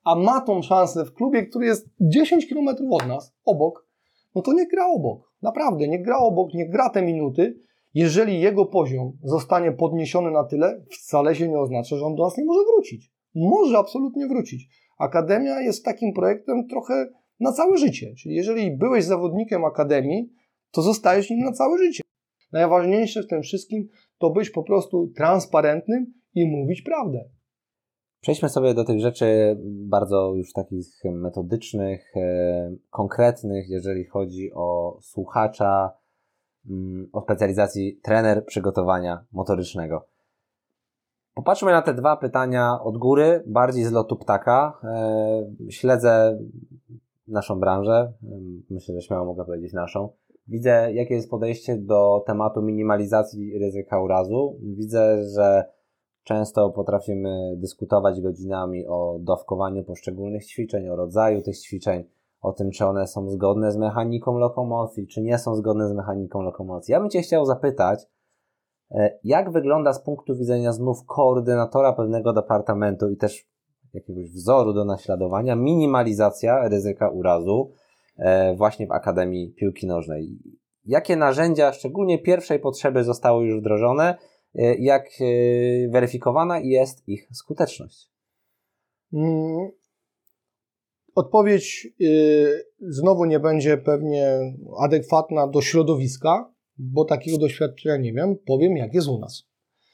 a ma tą szansę w klubie, który jest dziesięć kilometrów od nas, obok, no to niech gra obok. Naprawdę, niech gra obok, niech gra te minuty. Jeżeli jego poziom zostanie podniesiony na tyle, wcale się nie oznacza, że on do nas nie może wrócić. Może absolutnie wrócić. Akademia jest takim projektem trochę na całe życie. Czyli jeżeli byłeś zawodnikiem Akademii, to zostajesz nim na całe życie. Najważniejsze w tym wszystkim to być po prostu transparentnym i mówić prawdę. Przejdźmy sobie do tych rzeczy bardzo już takich metodycznych, konkretnych, jeżeli chodzi o słuchacza, o specjalizacji trener przygotowania motorycznego. Popatrzmy na te dwa pytania od góry, bardziej z lotu ptaka. Śledzę naszą branżę, myślę, że śmiało mogę powiedzieć naszą. Widzę, jakie jest podejście do tematu minimalizacji ryzyka urazu. Widzę, że często potrafimy dyskutować godzinami o dawkowaniu poszczególnych ćwiczeń, o rodzaju tych ćwiczeń, o tym, czy one są zgodne z mechaniką lokomocji, czy nie są zgodne z mechaniką lokomocji. Ja bym Cię chciał zapytać, jak wygląda z punktu widzenia znów koordynatora pewnego departamentu i też jakiegoś wzoru do naśladowania minimalizacja ryzyka urazu właśnie w Akademii Piłki Nożnej. Jakie narzędzia, szczególnie pierwszej potrzeby, zostały już wdrożone? Jak weryfikowana jest ich skuteczność? Hmm. Odpowiedź yy, znowu nie będzie pewnie adekwatna do środowiska, bo takiego doświadczenia nie wiem. Powiem, jak jest u nas.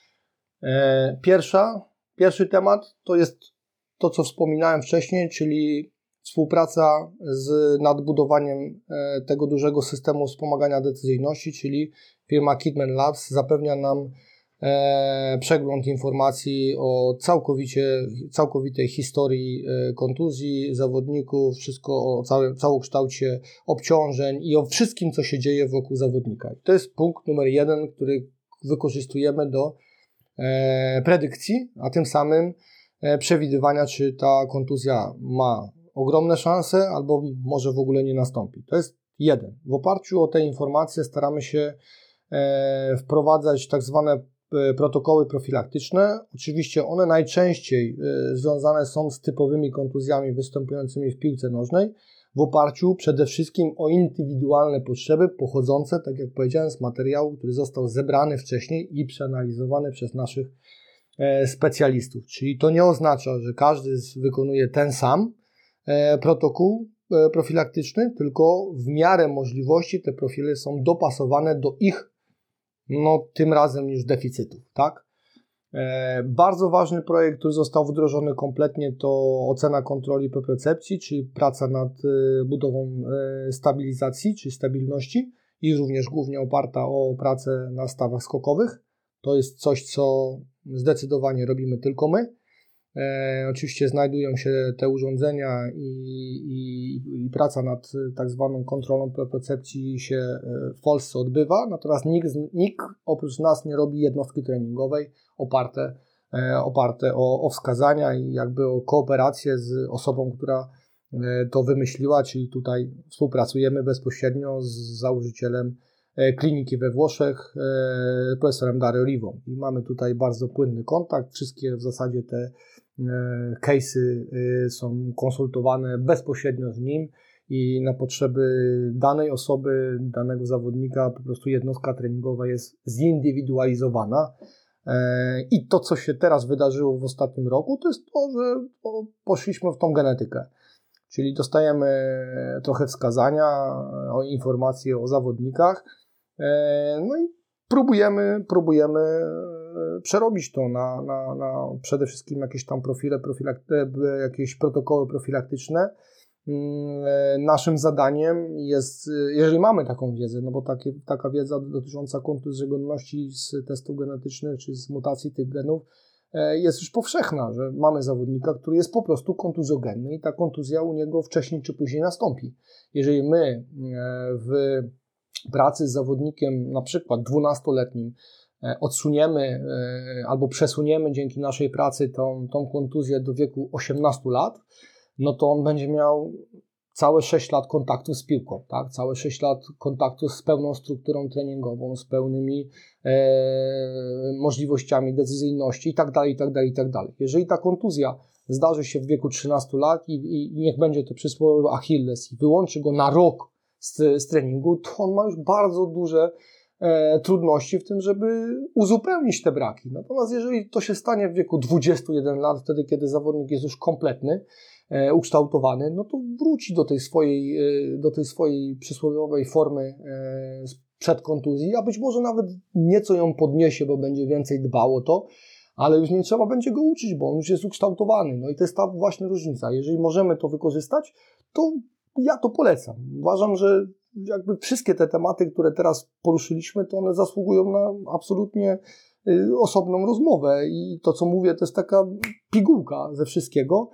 E, pierwsza, pierwszy temat to jest to, co wspominałem wcześniej, czyli współpraca z nadbudowaniem e, tego dużego systemu wspomagania decyzyjności, czyli firma Kidman Labs zapewnia nam e, przegląd informacji o całkowicie, całkowitej historii e, kontuzji zawodników, wszystko o całym, całokształcie obciążeń i o wszystkim, co się dzieje wokół zawodnika. I to jest punkt numer jeden, który wykorzystujemy do e, predykcji, a tym samym e, przewidywania, czy ta kontuzja ma ogromne szanse albo może w ogóle nie nastąpi. To jest jeden. W oparciu o te informacje staramy się e, wprowadzać tak zwane protokoły profilaktyczne. Oczywiście one najczęściej y, związane są z typowymi kontuzjami występującymi w piłce nożnej, w oparciu przede wszystkim o indywidualne potrzeby pochodzące, tak jak powiedziałem, z materiału, który został zebrany wcześniej i przeanalizowany przez naszych e, specjalistów. Czyli to nie oznacza, że każdy z, wykonuje ten sam e, protokół e, profilaktyczny, tylko w miarę możliwości te profile są dopasowane do ich no tym razem już deficytów, tak? E, bardzo ważny projekt, który został wdrożony kompletnie, to ocena kontroli propriocepcji, czyli praca nad e, budową e, stabilizacji, czy stabilności i również głównie oparta o pracę na stawach skokowych. To jest coś, co zdecydowanie robimy tylko my. E, oczywiście znajdują się te urządzenia i, i, i praca nad tak zwaną kontrolą propriocepcji się w Polsce odbywa, natomiast nikt, nikt oprócz nas nie robi jednostki treningowej oparte, e, oparte o, o wskazania i jakby o kooperację z osobą, która e, to wymyśliła, czyli tutaj współpracujemy bezpośrednio z założycielem e, kliniki we Włoszech, e, profesorem Dario Olivą. I mamy tutaj bardzo płynny kontakt, wszystkie w zasadzie te case'y są konsultowane bezpośrednio z nim i na potrzeby danej osoby, danego zawodnika po prostu jednostka treningowa jest zindywidualizowana. I to, co się teraz wydarzyło w ostatnim roku, to jest to, że poszliśmy w tą genetykę. Czyli dostajemy trochę wskazania, o informacje o zawodnikach, no i próbujemy, próbujemy przerobić to na, na, na przede wszystkim jakieś tam profile, profilak- jakieś protokoły profilaktyczne. Naszym zadaniem jest, jeżeli mamy taką wiedzę, no bo takie, taka wiedza dotycząca kontuzjogenności z testów genetycznych czy z mutacji tych genów jest już powszechna, że mamy zawodnika, który jest po prostu kontuzjogenny i ta kontuzja u niego wcześniej czy później nastąpi. Jeżeli my w pracy z zawodnikiem na przykład dwunastoletnim odsuniemy albo przesuniemy dzięki naszej pracy tą, tą kontuzję do wieku osiemnastu lat, no to on będzie miał całe sześć lat kontaktu z piłką, tak? Całe sześć lat kontaktu z pełną strukturą treningową, z pełnymi e, możliwościami decyzyjności i tak dalej, i tak dalej, i tak dalej. Jeżeli ta kontuzja zdarzy się w wieku trzynastu lat i, i niech będzie to przysłowiowy Achilles i wyłączy go na rok z, z treningu, to on ma już bardzo duże e, trudności w tym, żeby uzupełnić te braki. Natomiast jeżeli to się stanie w wieku dwudziestu jeden lat, wtedy kiedy zawodnik jest już kompletny, e, ukształtowany, no to wróci do tej swojej, e, do tej swojej przysłowiowej formy e, przed kontuzji, a być może nawet nieco ją podniesie, bo będzie więcej dbał o to, ale już nie trzeba będzie go uczyć, bo on już jest ukształtowany. No i to jest ta właśnie różnica. Jeżeli możemy to wykorzystać, to ja to polecam. Uważam, że jakby wszystkie te tematy, które teraz poruszyliśmy, to one zasługują na absolutnie osobną rozmowę i to, co mówię, to jest taka pigułka ze wszystkiego,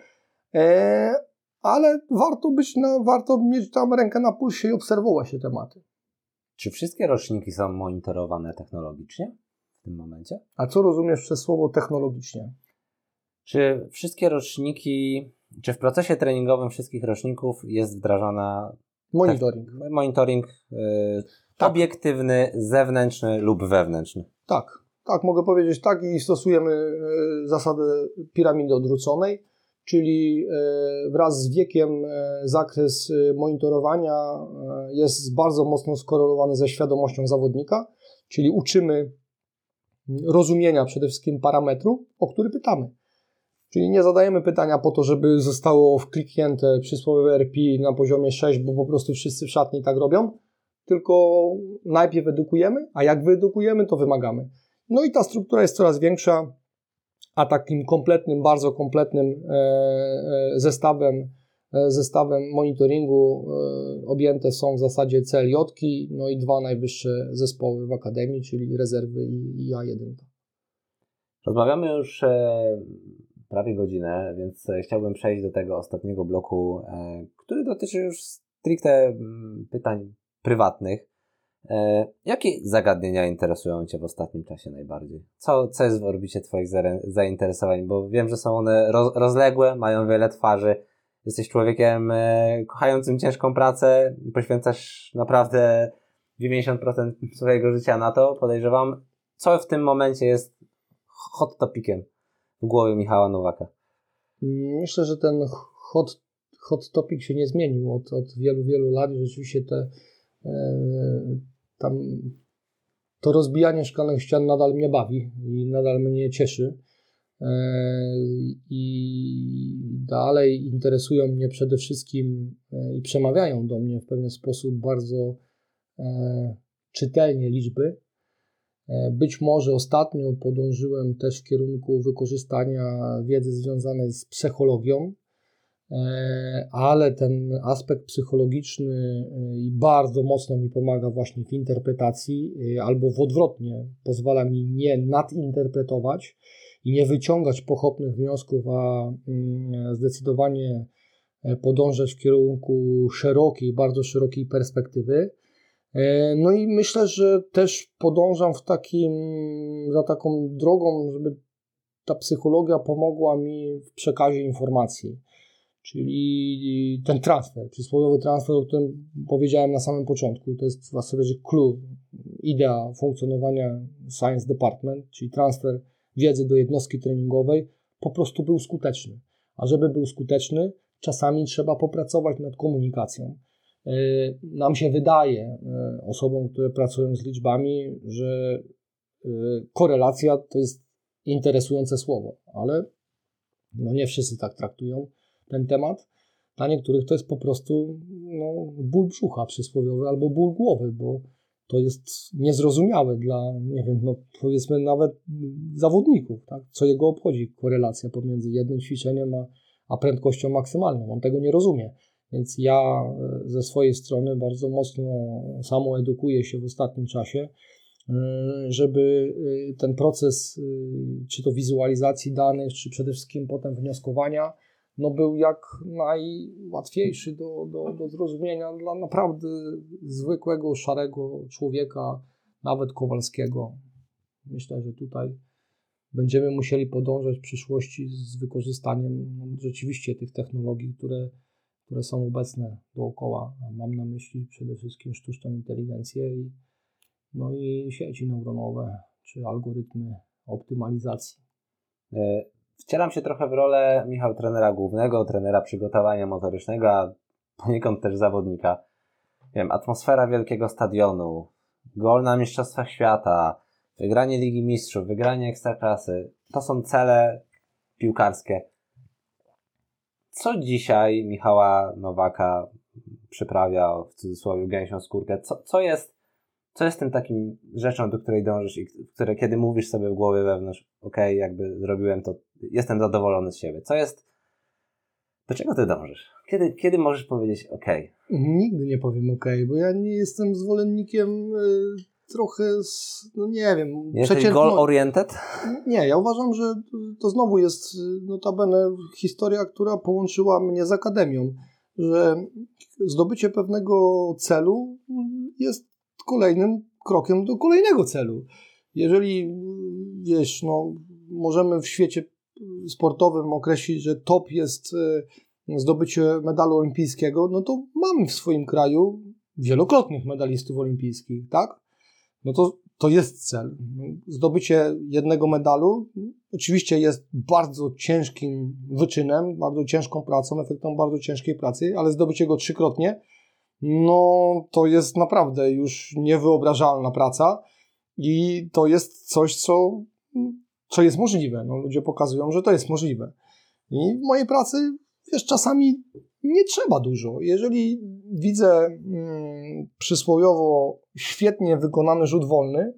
ale warto być na, warto mieć tam rękę na pulsie i obserwować te tematy. Czy wszystkie roczniki są monitorowane technologicznie w tym momencie? A co rozumiesz przez słowo technologicznie? Czy wszystkie roczniki, czy w procesie treningowym wszystkich roczników jest wdrażana monitoring, te, monitoring yy, tak. obiektywny, zewnętrzny lub wewnętrzny? Tak, tak, mogę powiedzieć tak i stosujemy yy, zasadę piramidy odwróconej, czyli yy, wraz z wiekiem yy, zakres yy, monitorowania yy, jest bardzo mocno skorelowany ze świadomością zawodnika, czyli uczymy rozumienia przede wszystkim parametru, o który pytamy. Czyli nie zadajemy pytania po to, żeby zostało wkliknięte przysłowiowe R P na poziomie sześć, bo po prostu wszyscy w szatni tak robią, tylko najpierw edukujemy, a jak wyedukujemy, to wymagamy. No i ta struktura jest coraz większa, a takim kompletnym, bardzo kompletnym zestawem, zestawem monitoringu objęte są w zasadzie C L J-ki, no i dwa najwyższe zespoły w Akademii, czyli rezerwy i A jeden. Rozmawiamy już e, prawie godzinę, więc chciałbym przejść do tego ostatniego bloku, e, który dotyczy już stricte pytań prywatnych. E, jakie zagadnienia interesują Cię w ostatnim czasie najbardziej? Co, co jest w orbicie Twoich zainteresowań? Bo wiem, że są one roz, rozległe, mają wiele twarzy. Jesteś człowiekiem e, kochającym ciężką pracę, poświęcasz naprawdę dziewięćdziesiąt procent swojego życia na to, podejrzewam. Co w tym momencie jest hot topiciem w głowie Michała Nowaka? Myślę, że ten hot, hot topic się nie zmienił od, od wielu, wielu lat. Rzeczywiście te, e, tam, to rozbijanie szklanych ścian nadal mnie bawi i nadal mnie cieszy. I dalej interesują mnie przede wszystkim i przemawiają do mnie w pewien sposób bardzo czytelnie liczby. Być może ostatnio podążyłem też w kierunku wykorzystania wiedzy związanej z psychologią, ale ten aspekt psychologiczny i bardzo mocno mi pomaga właśnie w interpretacji, albo w odwrotnie, pozwala mi nie nadinterpretować i nie wyciągać pochopnych wniosków, a zdecydowanie podążać w kierunku szerokiej, bardzo szerokiej perspektywy. No i myślę, że też podążam w takim, za taką drogą, żeby ta psychologia pomogła mi w przekazie informacji. Czyli ten transfer, przysłowiowy transfer, o którym powiedziałem na samym początku, to jest w zasadzie clue, idea funkcjonowania Science Department, czyli transfer wiedzy do jednostki treningowej, po prostu był skuteczny. A żeby był skuteczny, czasami trzeba popracować nad komunikacją. Nam się wydaje, osobom, które pracują z liczbami, że korelacja to jest interesujące słowo, ale no nie wszyscy tak traktują ten temat. Dla niektórych to jest po prostu no, ból brzucha przysłowiowy albo ból głowy, bo to jest niezrozumiałe dla, nie wiem, no powiedzmy nawet zawodników, tak? Co jego obchodzi korelacja pomiędzy jednym ćwiczeniem a, a prędkością maksymalną. On tego nie rozumie. Więc ja ze swojej strony bardzo mocno samoedukuję się w ostatnim czasie, żeby ten proces, czy to wizualizacji danych, czy przede wszystkim potem wnioskowania, no był jak najłatwiejszy do, do, do zrozumienia dla naprawdę zwykłego, szarego człowieka, nawet Kowalskiego. Myślę, że tutaj będziemy musieli podążać w przyszłości z wykorzystaniem no, rzeczywiście tych technologii, które, które są obecne dookoła. Mam na myśli przede wszystkim sztuczną inteligencję i, no i sieci neuronowe, czy algorytmy optymalizacji. wcielam się trochę w rolę, Michał, trenera głównego, trenera przygotowania motorycznego, a poniekąd też zawodnika. Nie wiem, atmosfera wielkiego stadionu, gol na Mistrzostwach Świata, wygranie Ligi Mistrzów, wygranie Ekstraklasy. To są cele piłkarskie. Co dzisiaj Michała Nowaka przyprawia, w cudzysłowie, gęsią skórkę? Co, co jest co jest tym takim rzeczą, do której dążysz i które, kiedy mówisz sobie w głowie wewnątrz, okej, okay, jakby zrobiłem to, jestem zadowolony z siebie. Co jest, do czego ty dążysz? Kiedy, kiedy możesz powiedzieć okej? Okay? Nigdy nie powiem okej, okay, bo ja nie jestem zwolennikiem y, trochę, z, no nie wiem... Nie jesteś goal-oriented? Nie, ja uważam, że to znowu jest notabene historia, która połączyła mnie z akademią, że zdobycie pewnego celu jest kolejnym krokiem do kolejnego celu. Jeżeli, wiesz, no, możemy w świecie sportowym określić, że top jest zdobycie medalu olimpijskiego, no to mamy w swoim kraju wielokrotnych medalistów olimpijskich, tak? No to, to jest cel. Zdobycie jednego medalu oczywiście jest bardzo ciężkim wyczynem, bardzo ciężką pracą, efektem bardzo ciężkiej pracy, ale zdobycie go trzykrotnie, no to jest naprawdę już niewyobrażalna praca i to jest coś, co, co jest możliwe. No, ludzie pokazują, że to jest możliwe. I w mojej pracy, wiesz, czasami nie trzeba dużo. Jeżeli widzę mm, przysłowiowo świetnie wykonany rzut wolny,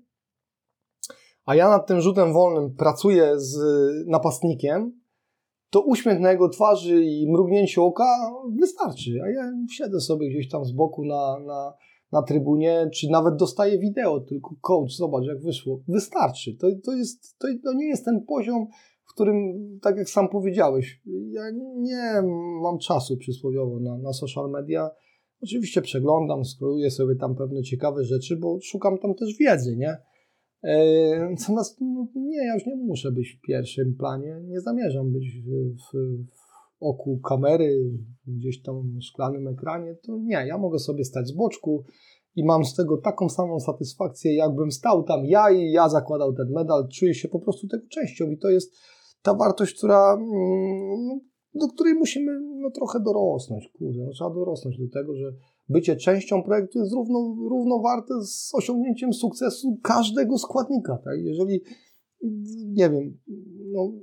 a ja nad tym rzutem wolnym pracuję z napastnikiem, to uśmiech na jego twarzy i mrugnięcie oka wystarczy. A ja siedzę sobie gdzieś tam z boku na, na, na trybunie, czy nawet dostaję wideo, tylko coach, zobacz jak wyszło. Wystarczy. To, to, jest, to, to nie jest ten poziom, w którym, tak jak sam powiedziałeś, ja nie mam czasu przysłowiowo na, na social media. Oczywiście przeglądam, scrolluję sobie tam pewne ciekawe rzeczy, bo szukam tam też wiedzy, nie? Natomiast no, nie, ja już nie muszę być w pierwszym planie, nie zamierzam być w, w, w oku kamery, gdzieś tam w szklanym ekranie, to nie, ja mogę sobie stać z boczku i mam z tego taką samą satysfakcję, jakbym stał tam ja i ja zakładał ten medal, czuję się po prostu tego częścią i to jest ta wartość, która, no, do której musimy no, trochę dorosnąć, kurde, no, trzeba dorosnąć do tego, że bycie częścią projektu jest równo, równowarte z osiągnięciem sukcesu każdego składnika. Tak? Jeżeli, nie wiem, no,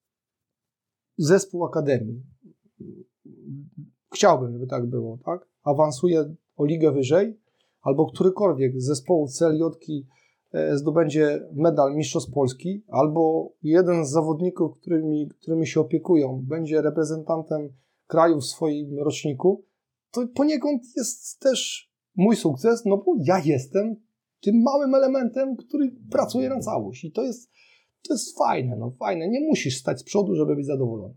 zespół akademii, chciałbym, żeby tak było, tak? Awansuje o ligę wyżej, albo którykolwiek z zespołów C L J-ki zdobędzie medal Mistrzostw Polski, albo jeden z zawodników, którymi, którymi się opiekują, będzie reprezentantem kraju w swoim roczniku, to poniekąd jest też mój sukces, no bo ja jestem tym małym elementem, który pracuje na całość. I to jest, to jest fajne, no fajne. Nie musisz stać z przodu, żeby być zadowolony.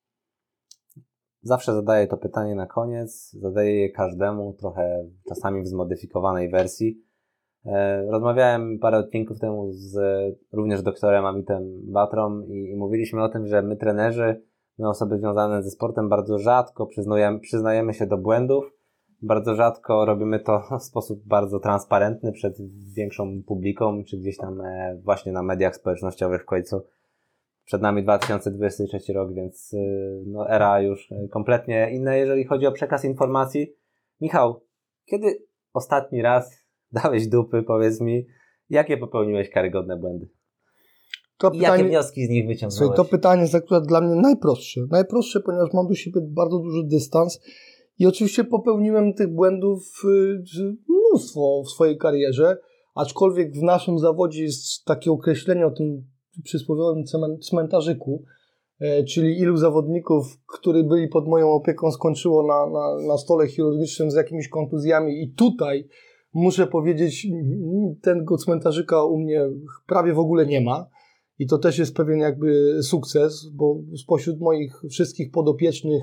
Zawsze zadaję to pytanie na koniec. Zadaję je każdemu, trochę czasami w zmodyfikowanej wersji. Rozmawiałem parę odcinków temu z również doktorem Amitem Batrą i, i mówiliśmy o tym, że my trenerzy, my osoby związane ze sportem bardzo rzadko przyznajemy, przyznajemy się do błędów, bardzo rzadko robimy to w sposób bardzo transparentny przed większą publiką, czy gdzieś tam właśnie na mediach społecznościowych w końcu. Przed nami dwa tysiące dwudziesty trzeci rok, więc no, era już kompletnie inna, jeżeli chodzi o przekaz informacji. Michał, kiedy ostatni raz dałeś dupy, powiedz mi, jakie popełniłeś karygodne błędy? To pytanie, jakie wnioski z nich wyciągnąłeś? Słuchaj, to pytanie jest akurat dla mnie najprostsze. Najprostsze, ponieważ mam do siebie bardzo duży dystans i oczywiście popełniłem tych błędów mnóstwo w swojej karierze, aczkolwiek w naszym zawodzie jest takie określenie o tym przysłowiowym cmentarzyku, czyli ilu zawodników, którzy byli pod moją opieką, skończyło na, na, na stole chirurgicznym z jakimiś kontuzjami i tutaj muszę powiedzieć, tego cmentarzyka u mnie prawie w ogóle nie ma. I to też jest pewien jakby sukces, bo spośród moich wszystkich podopiecznych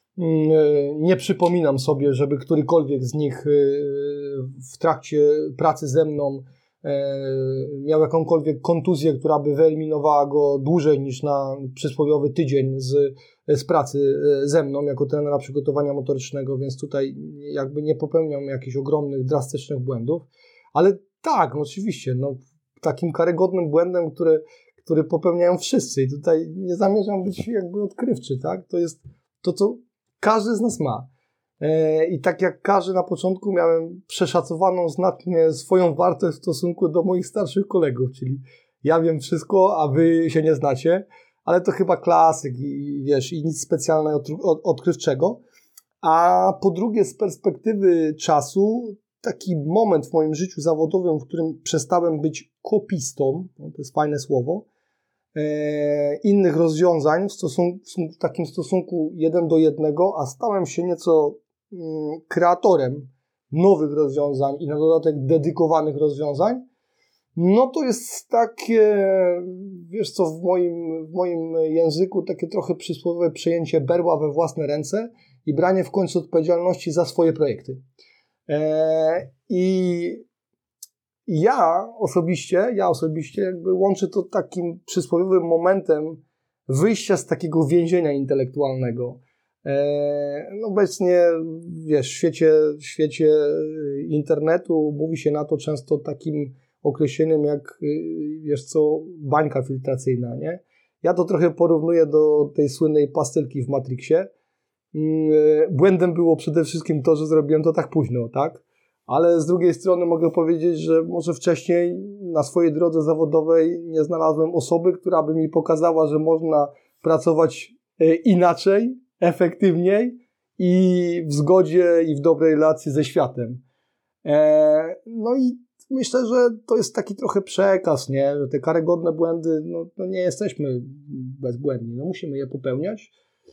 nie przypominam sobie, żeby którykolwiek z nich w trakcie pracy ze mną miał jakąkolwiek kontuzję, która by wyeliminowała go dłużej niż na przysłowiowy tydzień z, z pracy ze mną jako trenera przygotowania motorycznego, więc tutaj jakby nie popełniam jakichś ogromnych, drastycznych błędów. Ale tak, no oczywiście, no, takim karygodnym błędem, który który popełniają wszyscy i tutaj nie zamierzam być jakby odkrywczy, tak? To jest to, co każdy z nas ma. I tak jak każdy na początku miałem przeszacowaną znacznie swoją wartość w stosunku do moich starszych kolegów, czyli ja wiem wszystko, a wy się nie znacie, ale to chyba klasyk i wiesz, i nic specjalnego odkrywczego. A po drugie z perspektywy czasu taki moment w moim życiu zawodowym, w którym przestałem być kopistą, no to jest fajne słowo, e, innych rozwiązań w, stosunku, w takim stosunku jeden do jednego, a stałem się nieco mm, kreatorem nowych rozwiązań i na dodatek dedykowanych rozwiązań, no to jest takie, wiesz co, w moim, w moim języku takie trochę przysłowiowe przejęcie berła we własne ręce i branie w końcu odpowiedzialności za swoje projekty. E, I ja osobiście, ja osobiście jakby łączę to takim przysłowiowym momentem wyjścia z takiego więzienia intelektualnego. E, no obecnie, wiesz, w świecie, w świecie internetu mówi się na to często takim określeniem jak, wiesz co, bańka filtracyjna, nie? Ja to trochę porównuję do tej słynnej pastylki w Matrixie. Błędem było przede wszystkim to, że zrobiłem to tak późno, tak? Ale z drugiej strony mogę powiedzieć, że może wcześniej na swojej drodze zawodowej nie znalazłem osoby, która by mi pokazała, że można pracować inaczej, efektywniej i w zgodzie i w dobrej relacji ze światem. No i myślę, że to jest taki trochę przekaz, nie? Że te karygodne błędy, no, no nie jesteśmy bezbłędni, no musimy je popełniać.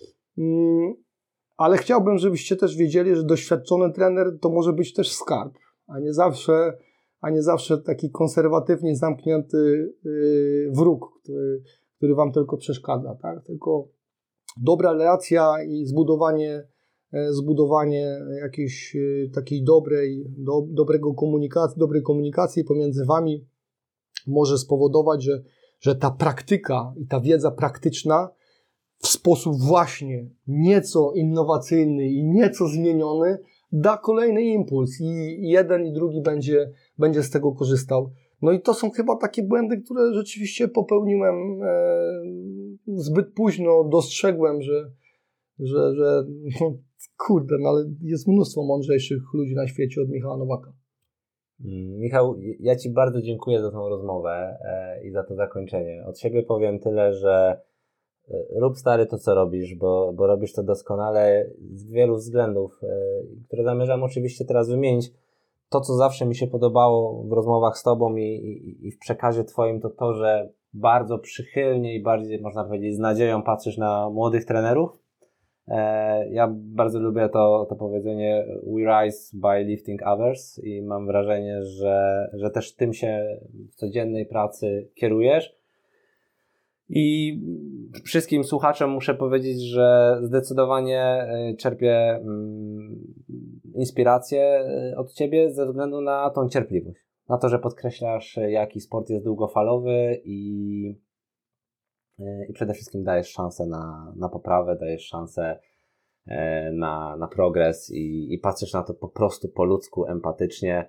Ale chciałbym, żebyście też wiedzieli, że doświadczony trener to może być też skarb, a nie zawsze, a nie zawsze taki konserwatywnie zamknięty yy, wróg, który, który wam tylko przeszkadza, tak? Tylko dobra relacja i zbudowanie, yy, zbudowanie jakiejś yy, takiej dobrej, do, dobrego komunikacji, dobrej komunikacji pomiędzy wami może spowodować, że, że ta praktyka i ta wiedza praktyczna w sposób właśnie nieco innowacyjny i nieco zmieniony da kolejny impuls i jeden i drugi będzie, będzie z tego korzystał. No i to są chyba takie błędy, które rzeczywiście popełniłem e, zbyt późno, dostrzegłem, że, że, że no, kurde, no ale jest mnóstwo mądrzejszych ludzi na świecie od Michała Nowaka. Michał, ja Ci bardzo dziękuję za tą rozmowę e, i za to zakończenie. Od siebie powiem tyle, że rób stary to, co robisz, bo, bo robisz to doskonale z wielu względów, które zamierzam oczywiście teraz wymienić. To, co zawsze mi się podobało w rozmowach z Tobą i, i, i w przekazie Twoim, to to, że bardzo przychylnie i bardziej, można powiedzieć, z nadzieją patrzysz na młodych trenerów. Ja bardzo lubię to, to powiedzenie we rise by lifting others i mam wrażenie, że, że też tym się w codziennej pracy kierujesz. I wszystkim słuchaczom muszę powiedzieć, że zdecydowanie czerpię inspirację od Ciebie ze względu na tą cierpliwość. Na to, że podkreślasz, jaki sport jest długofalowy i, i przede wszystkim dajesz szansę na, na poprawę, dajesz szansę na, na progres i, i patrzysz na to po prostu po ludzku, empatycznie,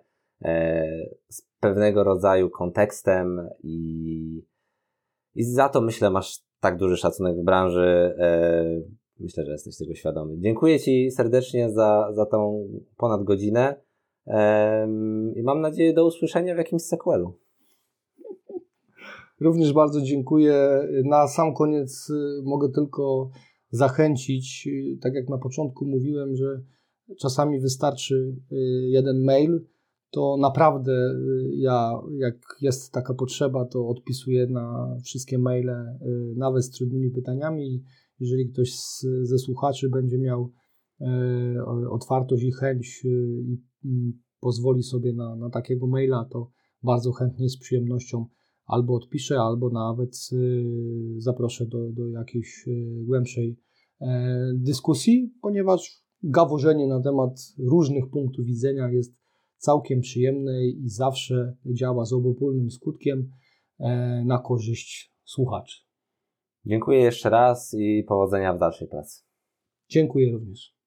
z pewnego rodzaju kontekstem i I za to, myślę, masz tak duży szacunek w branży. Myślę, że jesteś tego świadomy. Dziękuję Ci serdecznie za, za tą ponad godzinę i mam nadzieję do usłyszenia w jakimś sequelu. Również bardzo dziękuję. Na sam koniec mogę tylko zachęcić, tak jak na początku mówiłem, że czasami wystarczy jeden mail, to naprawdę ja, jak jest taka potrzeba, to odpisuję na wszystkie maile, nawet z trudnymi pytaniami. Jeżeli ktoś z, ze słuchaczy będzie miał e, otwartość i chęć i e, pozwoli sobie na, na takiego maila, to bardzo chętnie, z przyjemnością albo odpiszę, albo nawet e, zaproszę do, do jakiejś e, głębszej e, dyskusji, ponieważ gaworzenie na temat różnych punktów widzenia jest całkiem przyjemne i zawsze działa z obopólnym skutkiem e, na korzyść słuchaczy. Dziękuję jeszcze raz i powodzenia w dalszej pracy. Dziękuję również.